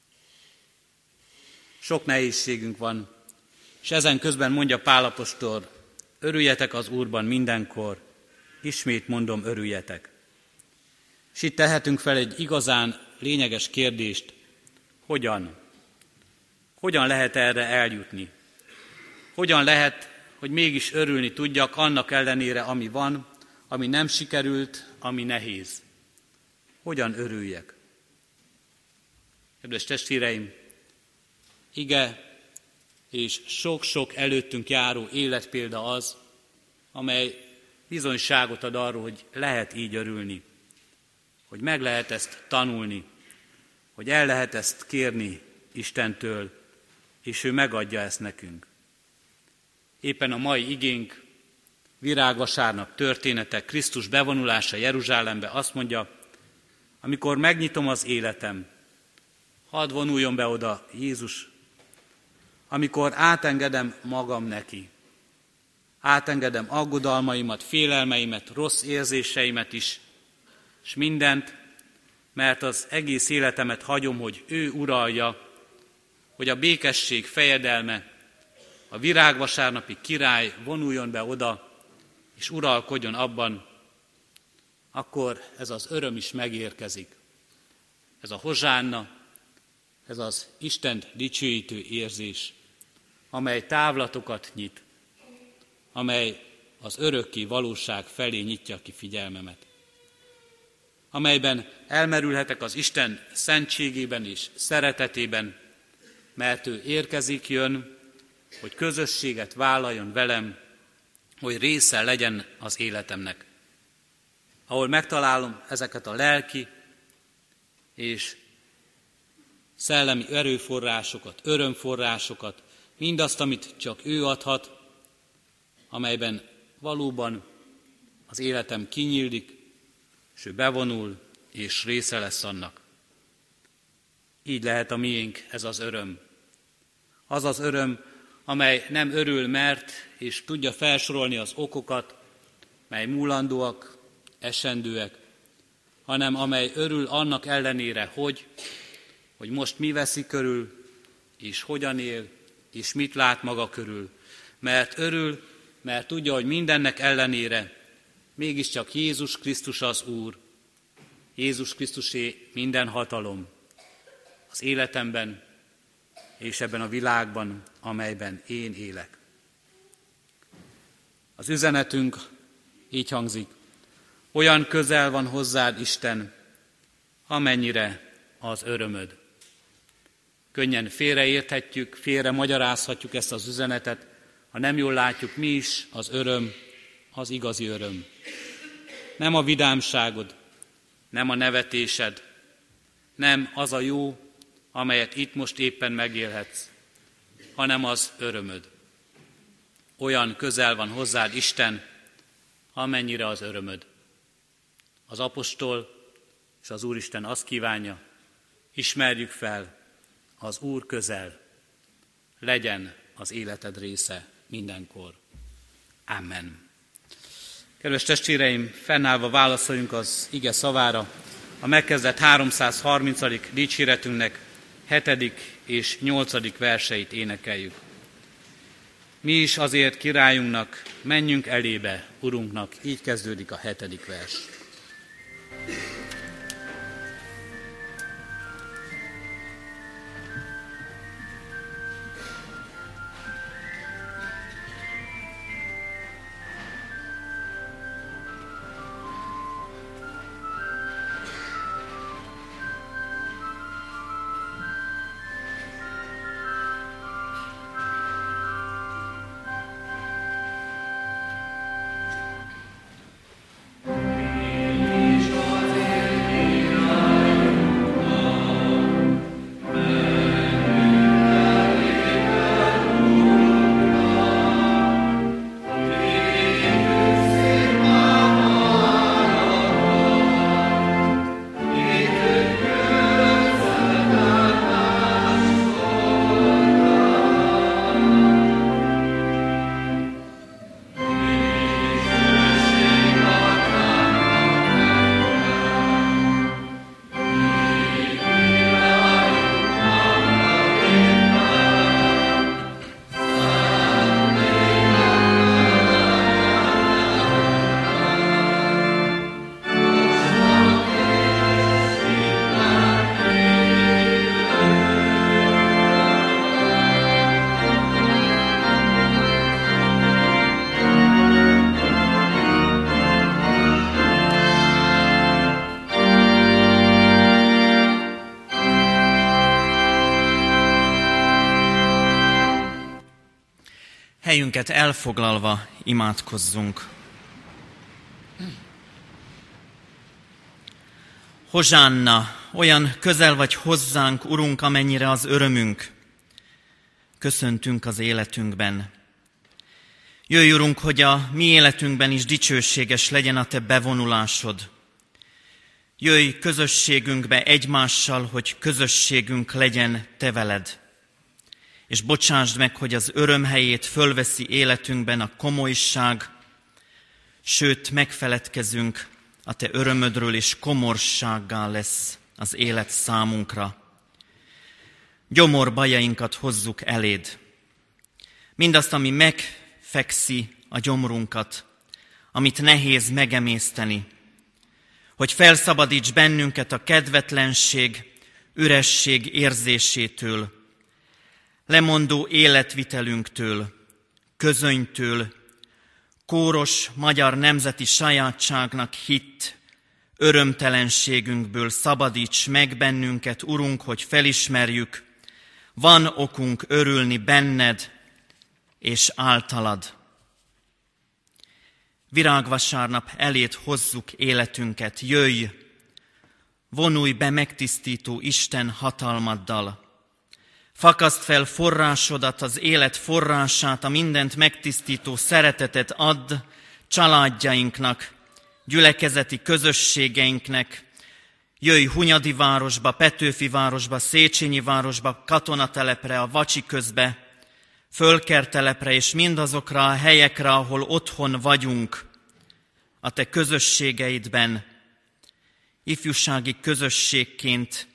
Sok nehézségünk van, és ezen közben mondja Pál apostol, örüljetek az Úrban mindenkor, ismét mondom, örüljetek. És itt tehetünk fel egy igazán lényeges kérdést, hogyan? Hogyan lehet erre eljutni? Hogyan lehet, hogy mégis örülni tudjak annak ellenére, ami van, ami nem sikerült, ami nehéz? Hogyan örüljek? Kedves testvéreim, ige és sok-sok előttünk járó életpélda az, amely bizonyságot ad arról, hogy lehet így örülni, hogy meg lehet ezt tanulni, hogy el lehet ezt kérni Istentől, és ő megadja ezt nekünk. Éppen a mai igénk, virágvasárnap története, Krisztus bevonulása Jeruzsálembe azt mondja, amikor megnyitom az életem, hadd vonuljon be oda Jézus, amikor átengedem magam neki, átengedem aggodalmaimat, félelmeimet, rossz érzéseimet is, és mindent, mert az egész életemet hagyom, hogy ő uralja, hogy a békesség fejedelme, a virágvasárnapi király vonuljon be oda, és uralkodjon abban, akkor ez az öröm is megérkezik. Ez a hozsánna, ez az Istent dicsőítő érzés, amely távlatokat nyit, amely az örökké valóság felé nyitja ki figyelmemet. Amelyben elmerülhetek az Isten szentségében és szeretetében, mert ő érkezik, jön, hogy közösséget vállaljon velem, hogy része legyen az életemnek. Ahol megtalálom ezeket a lelki és szellemi erőforrásokat, örömforrásokat, mindazt, amit csak ő adhat, amelyben valóban az életem kinyílik, és ő bevonul, és része lesz annak. Így lehet a miénk ez az öröm. Az az öröm, amely nem örül, mert, és tudja felsorolni az okokat, mely múlandóak, esendőek, hanem amely örül annak ellenére, hogy most mi veszi körül, és hogyan él, és mit lát maga körül. Mert örül, mert tudja, hogy mindennek ellenére mégiscsak Jézus Krisztus az Úr. Jézus Krisztusé minden hatalom az életemben és ebben a világban, amelyben én élek. Az üzenetünk így hangzik: olyan közel van hozzád Isten, amennyire az örömöd. Könnyen félreérthetjük, félre magyarázhatjuk ezt az üzenetet, ha nem jól látjuk, mi is az öröm, az igazi öröm. Nem a vidámságod, nem a nevetésed, nem az a jó, amelyet itt most éppen megélhetsz, hanem az örömöd. Olyan közel van hozzád Isten, amennyire az örömöd. Az apostol és az Úristen azt kívánja, ismerjük fel, az Úr közel, legyen az életed része mindenkor. Amen. Kedves testvéreim, fennállva válaszoljunk az ige szavára, a megkezdett 330. dicséretünknek 7. és 8. verseit énekeljük. Mi is azért királyunknak, menjünk elébe Urunknak, így kezdődik a 7. vers. Helyünket elfoglalva imádkozzunk. Hozsánna, olyan közel vagy hozzánk, Urunk, amennyire az örömünk. Köszöntünk az életünkben. Jöjj, Urunk, hogy a mi életünkben is dicsőséges legyen a Te bevonulásod. Jöjj közösségünkbe egymással, hogy közösségünk legyen Te veled. És bocsásd meg, hogy az öröm helyét fölveszi életünkben a komolyság, sőt, megfeledkezünk a Te örömödről, és komorsággá lesz az élet számunkra. Gyomor bajainkat hozzuk eléd. Mindazt, ami megfekszi a gyomrunkat, amit nehéz megemészteni, hogy felszabadíts bennünket a kedvetlenség, üresség érzésétől, lemondó életvitelünktől, közönytől, kóros magyar nemzeti sajátságnak hitt örömtelenségünkből szabadíts meg bennünket, Urunk, hogy felismerjük, van okunk örülni benned és általad. Virágvasárnap eléd hozzuk életünket, jöjj, vonulj be megtisztító Isten hatalmaddal. Fakaszd fel forrásodat, az élet forrását, a mindent megtisztító szeretetet add családjainknak, gyülekezeti közösségeinknek. Jöjj Hunyadi városba, Petőfi városba, Széchenyi városba, Katonatelepre, a Vacsi közbe, Fölkertelepre és mindazokra a helyekre, ahol otthon vagyunk, a te közösségeidben, ifjúsági közösségként,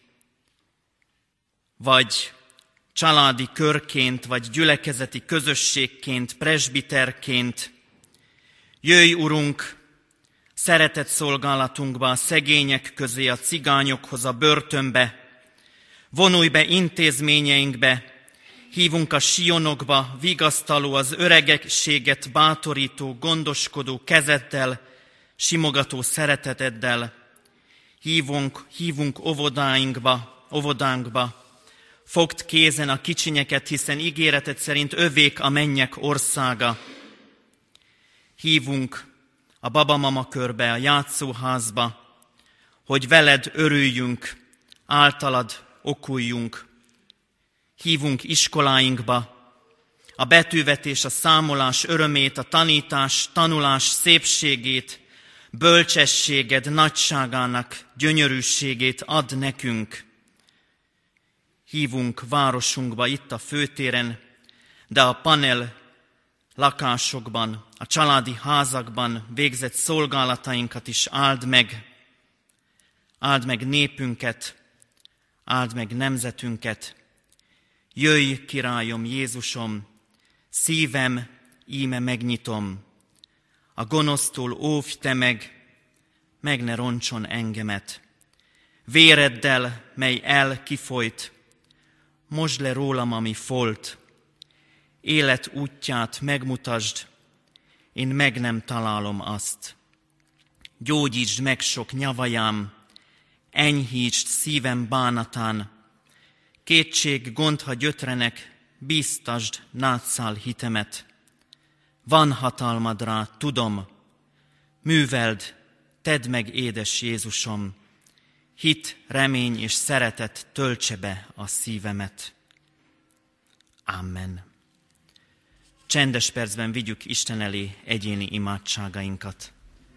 vagy családi körként, vagy gyülekezeti közösségként, presbiterként. Jöjj, Urunk, szeretett szolgálatunkba, a szegények közé, a cigányokhoz, a börtönbe. Vonulj be intézményeinkbe, hívunk a sionokba, vigasztaló, az öregséget bátorító, gondoskodó kezeddel, simogató szereteteddel. Hívunk óvodánkba, fogd kézen a kicsinyeket, hiszen ígéreted szerint övék a mennyek országa. Hívunk a babamama körbe, a játszóházba, hogy veled örüljünk, általad okuljunk. Hívunk iskoláinkba, a betűvetés, a számolás örömét, a tanítás, tanulás szépségét, bölcsességed nagyságának gyönyörűségét add nekünk. Hívunk városunkba, itt a főtéren, de a panel lakásokban, a családi házakban végzett szolgálatainkat is áld meg. Áld meg népünket, áld meg nemzetünket. Jöjj, királyom, Jézusom, szívem íme megnyitom. A gonosztól óvj te meg ne roncson engemet. Véreddel, mely el kifolyt, mosd le rólam, ami folt. Élet útját megmutasd, én meg nem találom azt. Gyógyítsd meg sok nyavajám, enyhítsd szívem bánatán. Kétség, gond, ha gyötrenek, bíztasd nátszál hitemet. Van hatalmad rá, tudom, műveld, tedd meg, édes Jézusom, hit, remény és szeretet töltse be a szívemet. Amen. Csendes percben vigyük Isten elé egyéni imádságainkat.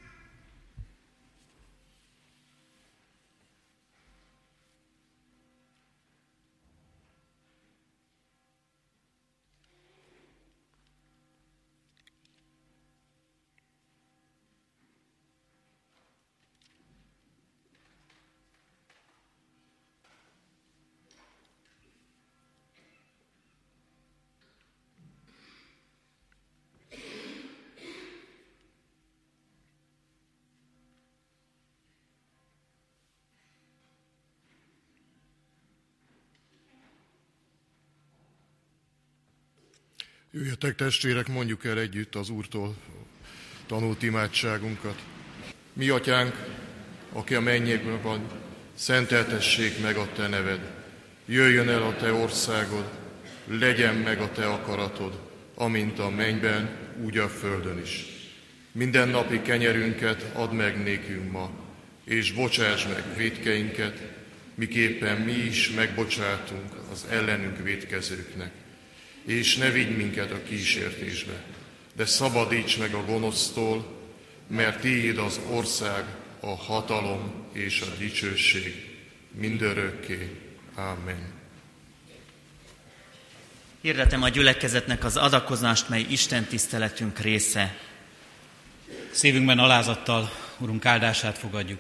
Jöjjetek, testvérek, mondjuk el együtt az Úrtól tanult imádságunkat. Mi atyánk, aki a mennyekben van, szenteltessék meg a te neved. Jöjjön el a te országod, legyen meg a te akaratod, amint a mennyben, úgy a földön is. Mindennapi kenyerünket add meg nékünk ma, és bocsáss meg vétkeinket, miképpen mi is megbocsátunk az ellenünk vétkezőknek. És ne vigy minket a kísértésbe, de szabadíts meg a gonosztól, mert tiéd az ország, a hatalom és a dicsőség mindörökké. Amen. Hirdetem a gyülekezetnek az adakozást, mely Isten tiszteletünk része. Szívünkben alázattal Urunk áldását fogadjuk.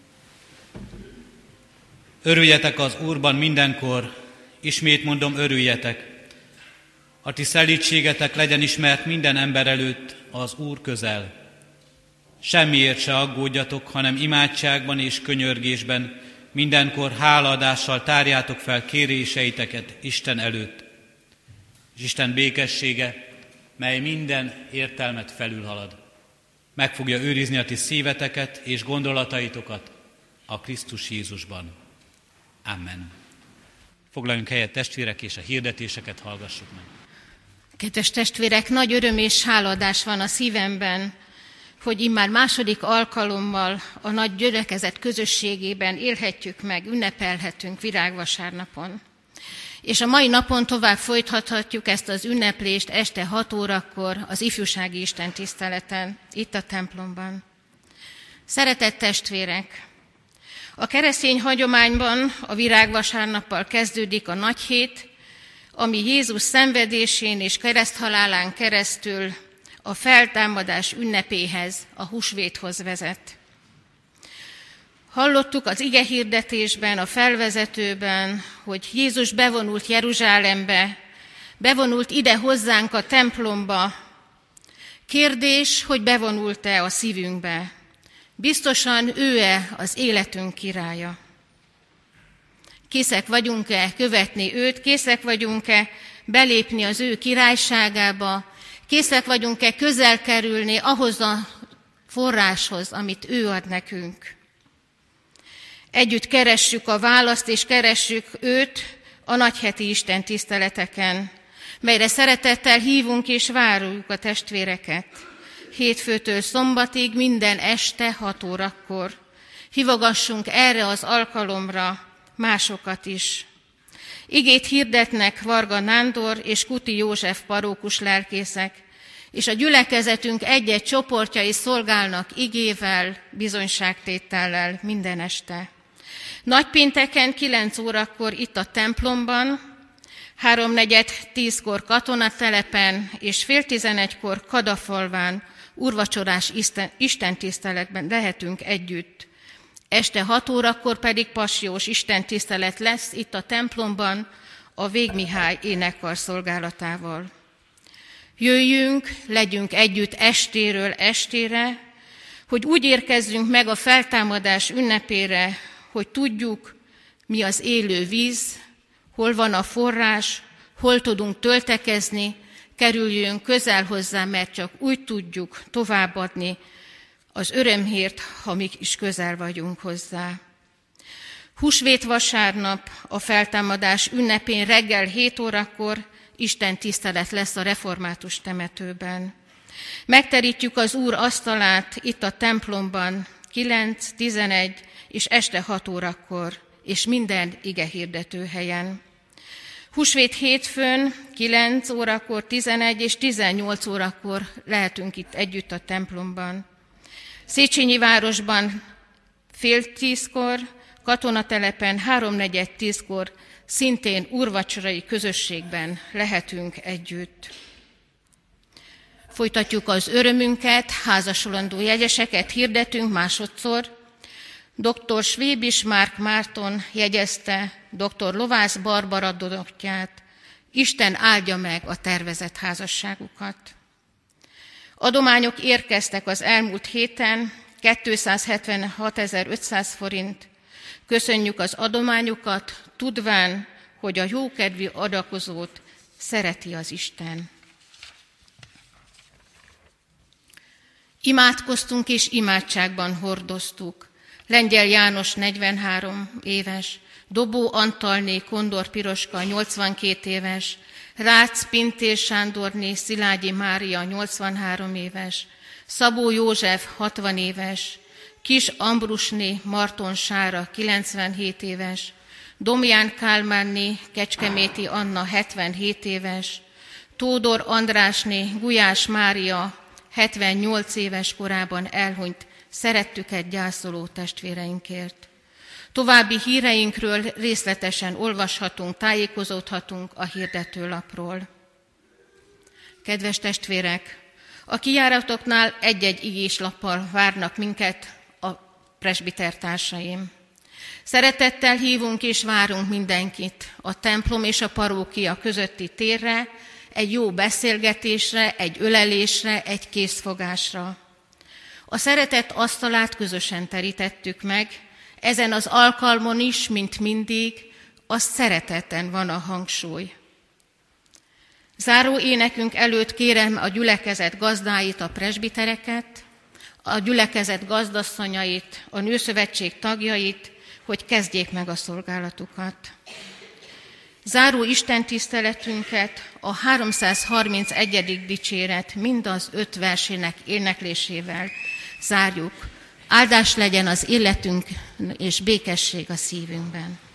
Örüljetek az Úrban mindenkor, ismét mondom, örüljetek. A ti szelídségetek legyen ismert minden ember előtt, az Úr közel. Semmiért se aggódjatok, hanem imádságban és könyörgésben mindenkor hálaadással tárjátok fel kéréseiteket Isten előtt. És Isten békessége, mely minden értelmet felülhalad, meg fogja őrizni a ti szíveteket és gondolataitokat a Krisztus Jézusban. Amen. Foglaljunk helyet, testvérek, és a hirdetéseket hallgassuk meg. Kedves testvérek, nagy öröm és hálaadás van a szívemben. hogy immár második alkalommal a nagy gyülekezet közösségében élhetjük meg, ünnepelhetünk Virágvasárnapon. És a mai napon tovább folytathatjuk ezt az ünneplést este 6 órakor az ifjúsági istentiszteleten, itt a templomban. Szeretett testvérek! A keresztény hagyományban a Virágvasárnappal kezdődik a Nagyhét, ami Jézus szenvedésén és kereszthalálán keresztül a feltámadás ünnepéhez, a húsvéthoz vezet. Hallottuk az igehirdetésben, a felvezetőben, hogy Jézus bevonult Jeruzsálembe, bevonult ide hozzánk a templomba. Kérdés, hogy bevonult-e a szívünkbe? Biztosan ő-e az életünk királya? Készek vagyunk-e követni őt? Készek vagyunk-e belépni az ő királyságába? Készek vagyunk-e közel kerülni ahhoz a forráshoz, amit ő ad nekünk? Együtt keressük a választ, és keressük őt a nagyheti istentiszteleteken, melyre szeretettel hívunk és várjuk a testvéreket. Hétfőtől szombatig minden este 6 órakor. Hívogassunk erre az alkalomra másokat is. Igét hirdetnek Varga Nándor és Kuti József parókus lelkészek, és a gyülekezetünk egy-egy csoportjai szolgálnak igével, bizonyságtétellel minden este. Nagypénteken 9 órakor itt a templomban, 3:4-10-kor katonatelepen és 10:30-kor Kadafalván úrvacsorás istentiszteletben lehetünk együtt. Este 6 órakor pedig passiós istentisztelet lesz itt a templomban a Vég Mihály énekkar szolgálatával. Jöjjünk, legyünk együtt estéről estére, hogy úgy érkezzünk meg a feltámadás ünnepére, hogy tudjuk, mi az élő víz, hol van a forrás, hol tudunk töltekezni, kerüljünk közel hozzá, mert csak úgy tudjuk továbbadni az örömhírt, ha mi is közel vagyunk hozzá. Húsvét vasárnap a feltámadás ünnepén reggel 7 órakor istentisztelet lesz a református temetőben. Megterítjük az Úr asztalát itt a templomban 9, 11 és este 6 órakor, és minden igehirdető helyen. Húsvét hétfőn 9 órakor, 11 és 18 órakor lehetünk itt együtt a templomban. Széchenyi városban 9:30-kor, katonatelepen 3:4-10-kor szintén úrvacsorai közösségben lehetünk együtt. Folytatjuk az örömünket, házasulandó jegyeseket hirdetünk másodszor. Dr. Svébis Márk Márton jegyezte dr. Lovász Barbara donottját. Isten áldja meg a tervezett házasságukat. Adományok érkeztek az elmúlt héten, 276.500 forint. Köszönjük az adományokat, tudván, hogy a jókedvű adakozót szereti az Isten. Imádkoztunk és imádságban hordoztuk. Lengyel János 43 éves, Dobó Antalné Kondor Piroska 82 éves, Rácz Pintér Sándorné Szilágyi Mária 83 éves, Szabó József 60 éves, Kis Ambrusné Marton Sára 97 éves, Domján Kálmánné Kecskeméti Anna 77 éves, Tódor Andrásné Gulyás Mária 78 éves korában elhunyt szerettüket gyászoló testvéreinkért. További híreinkről részletesen olvashatunk, tájékozódhatunk a hirdetőlapról. Kedves testvérek, a kijáratoknál egy-egy igéslappal várnak minket a presbitertársaim. Szeretettel hívunk és várunk mindenkit a templom és a parókia közötti térre, egy jó beszélgetésre, egy ölelésre, egy készfogásra. A szeretet asztalát közösen terítettük meg, ezen az alkalmon is, mint mindig, a szereteten van a hangsúly. Záró énekünk előtt kérem a gyülekezet gazdáit, a presbitereket, a gyülekezet gazdasszonyait, a nőszövetség tagjait, hogy kezdjék meg a szolgálatukat. Záró istentiszteletünket a 331. dicséret mindaz 5 versének éneklésével zárjuk. Áldás legyen az életünk és békesség a szívünkben.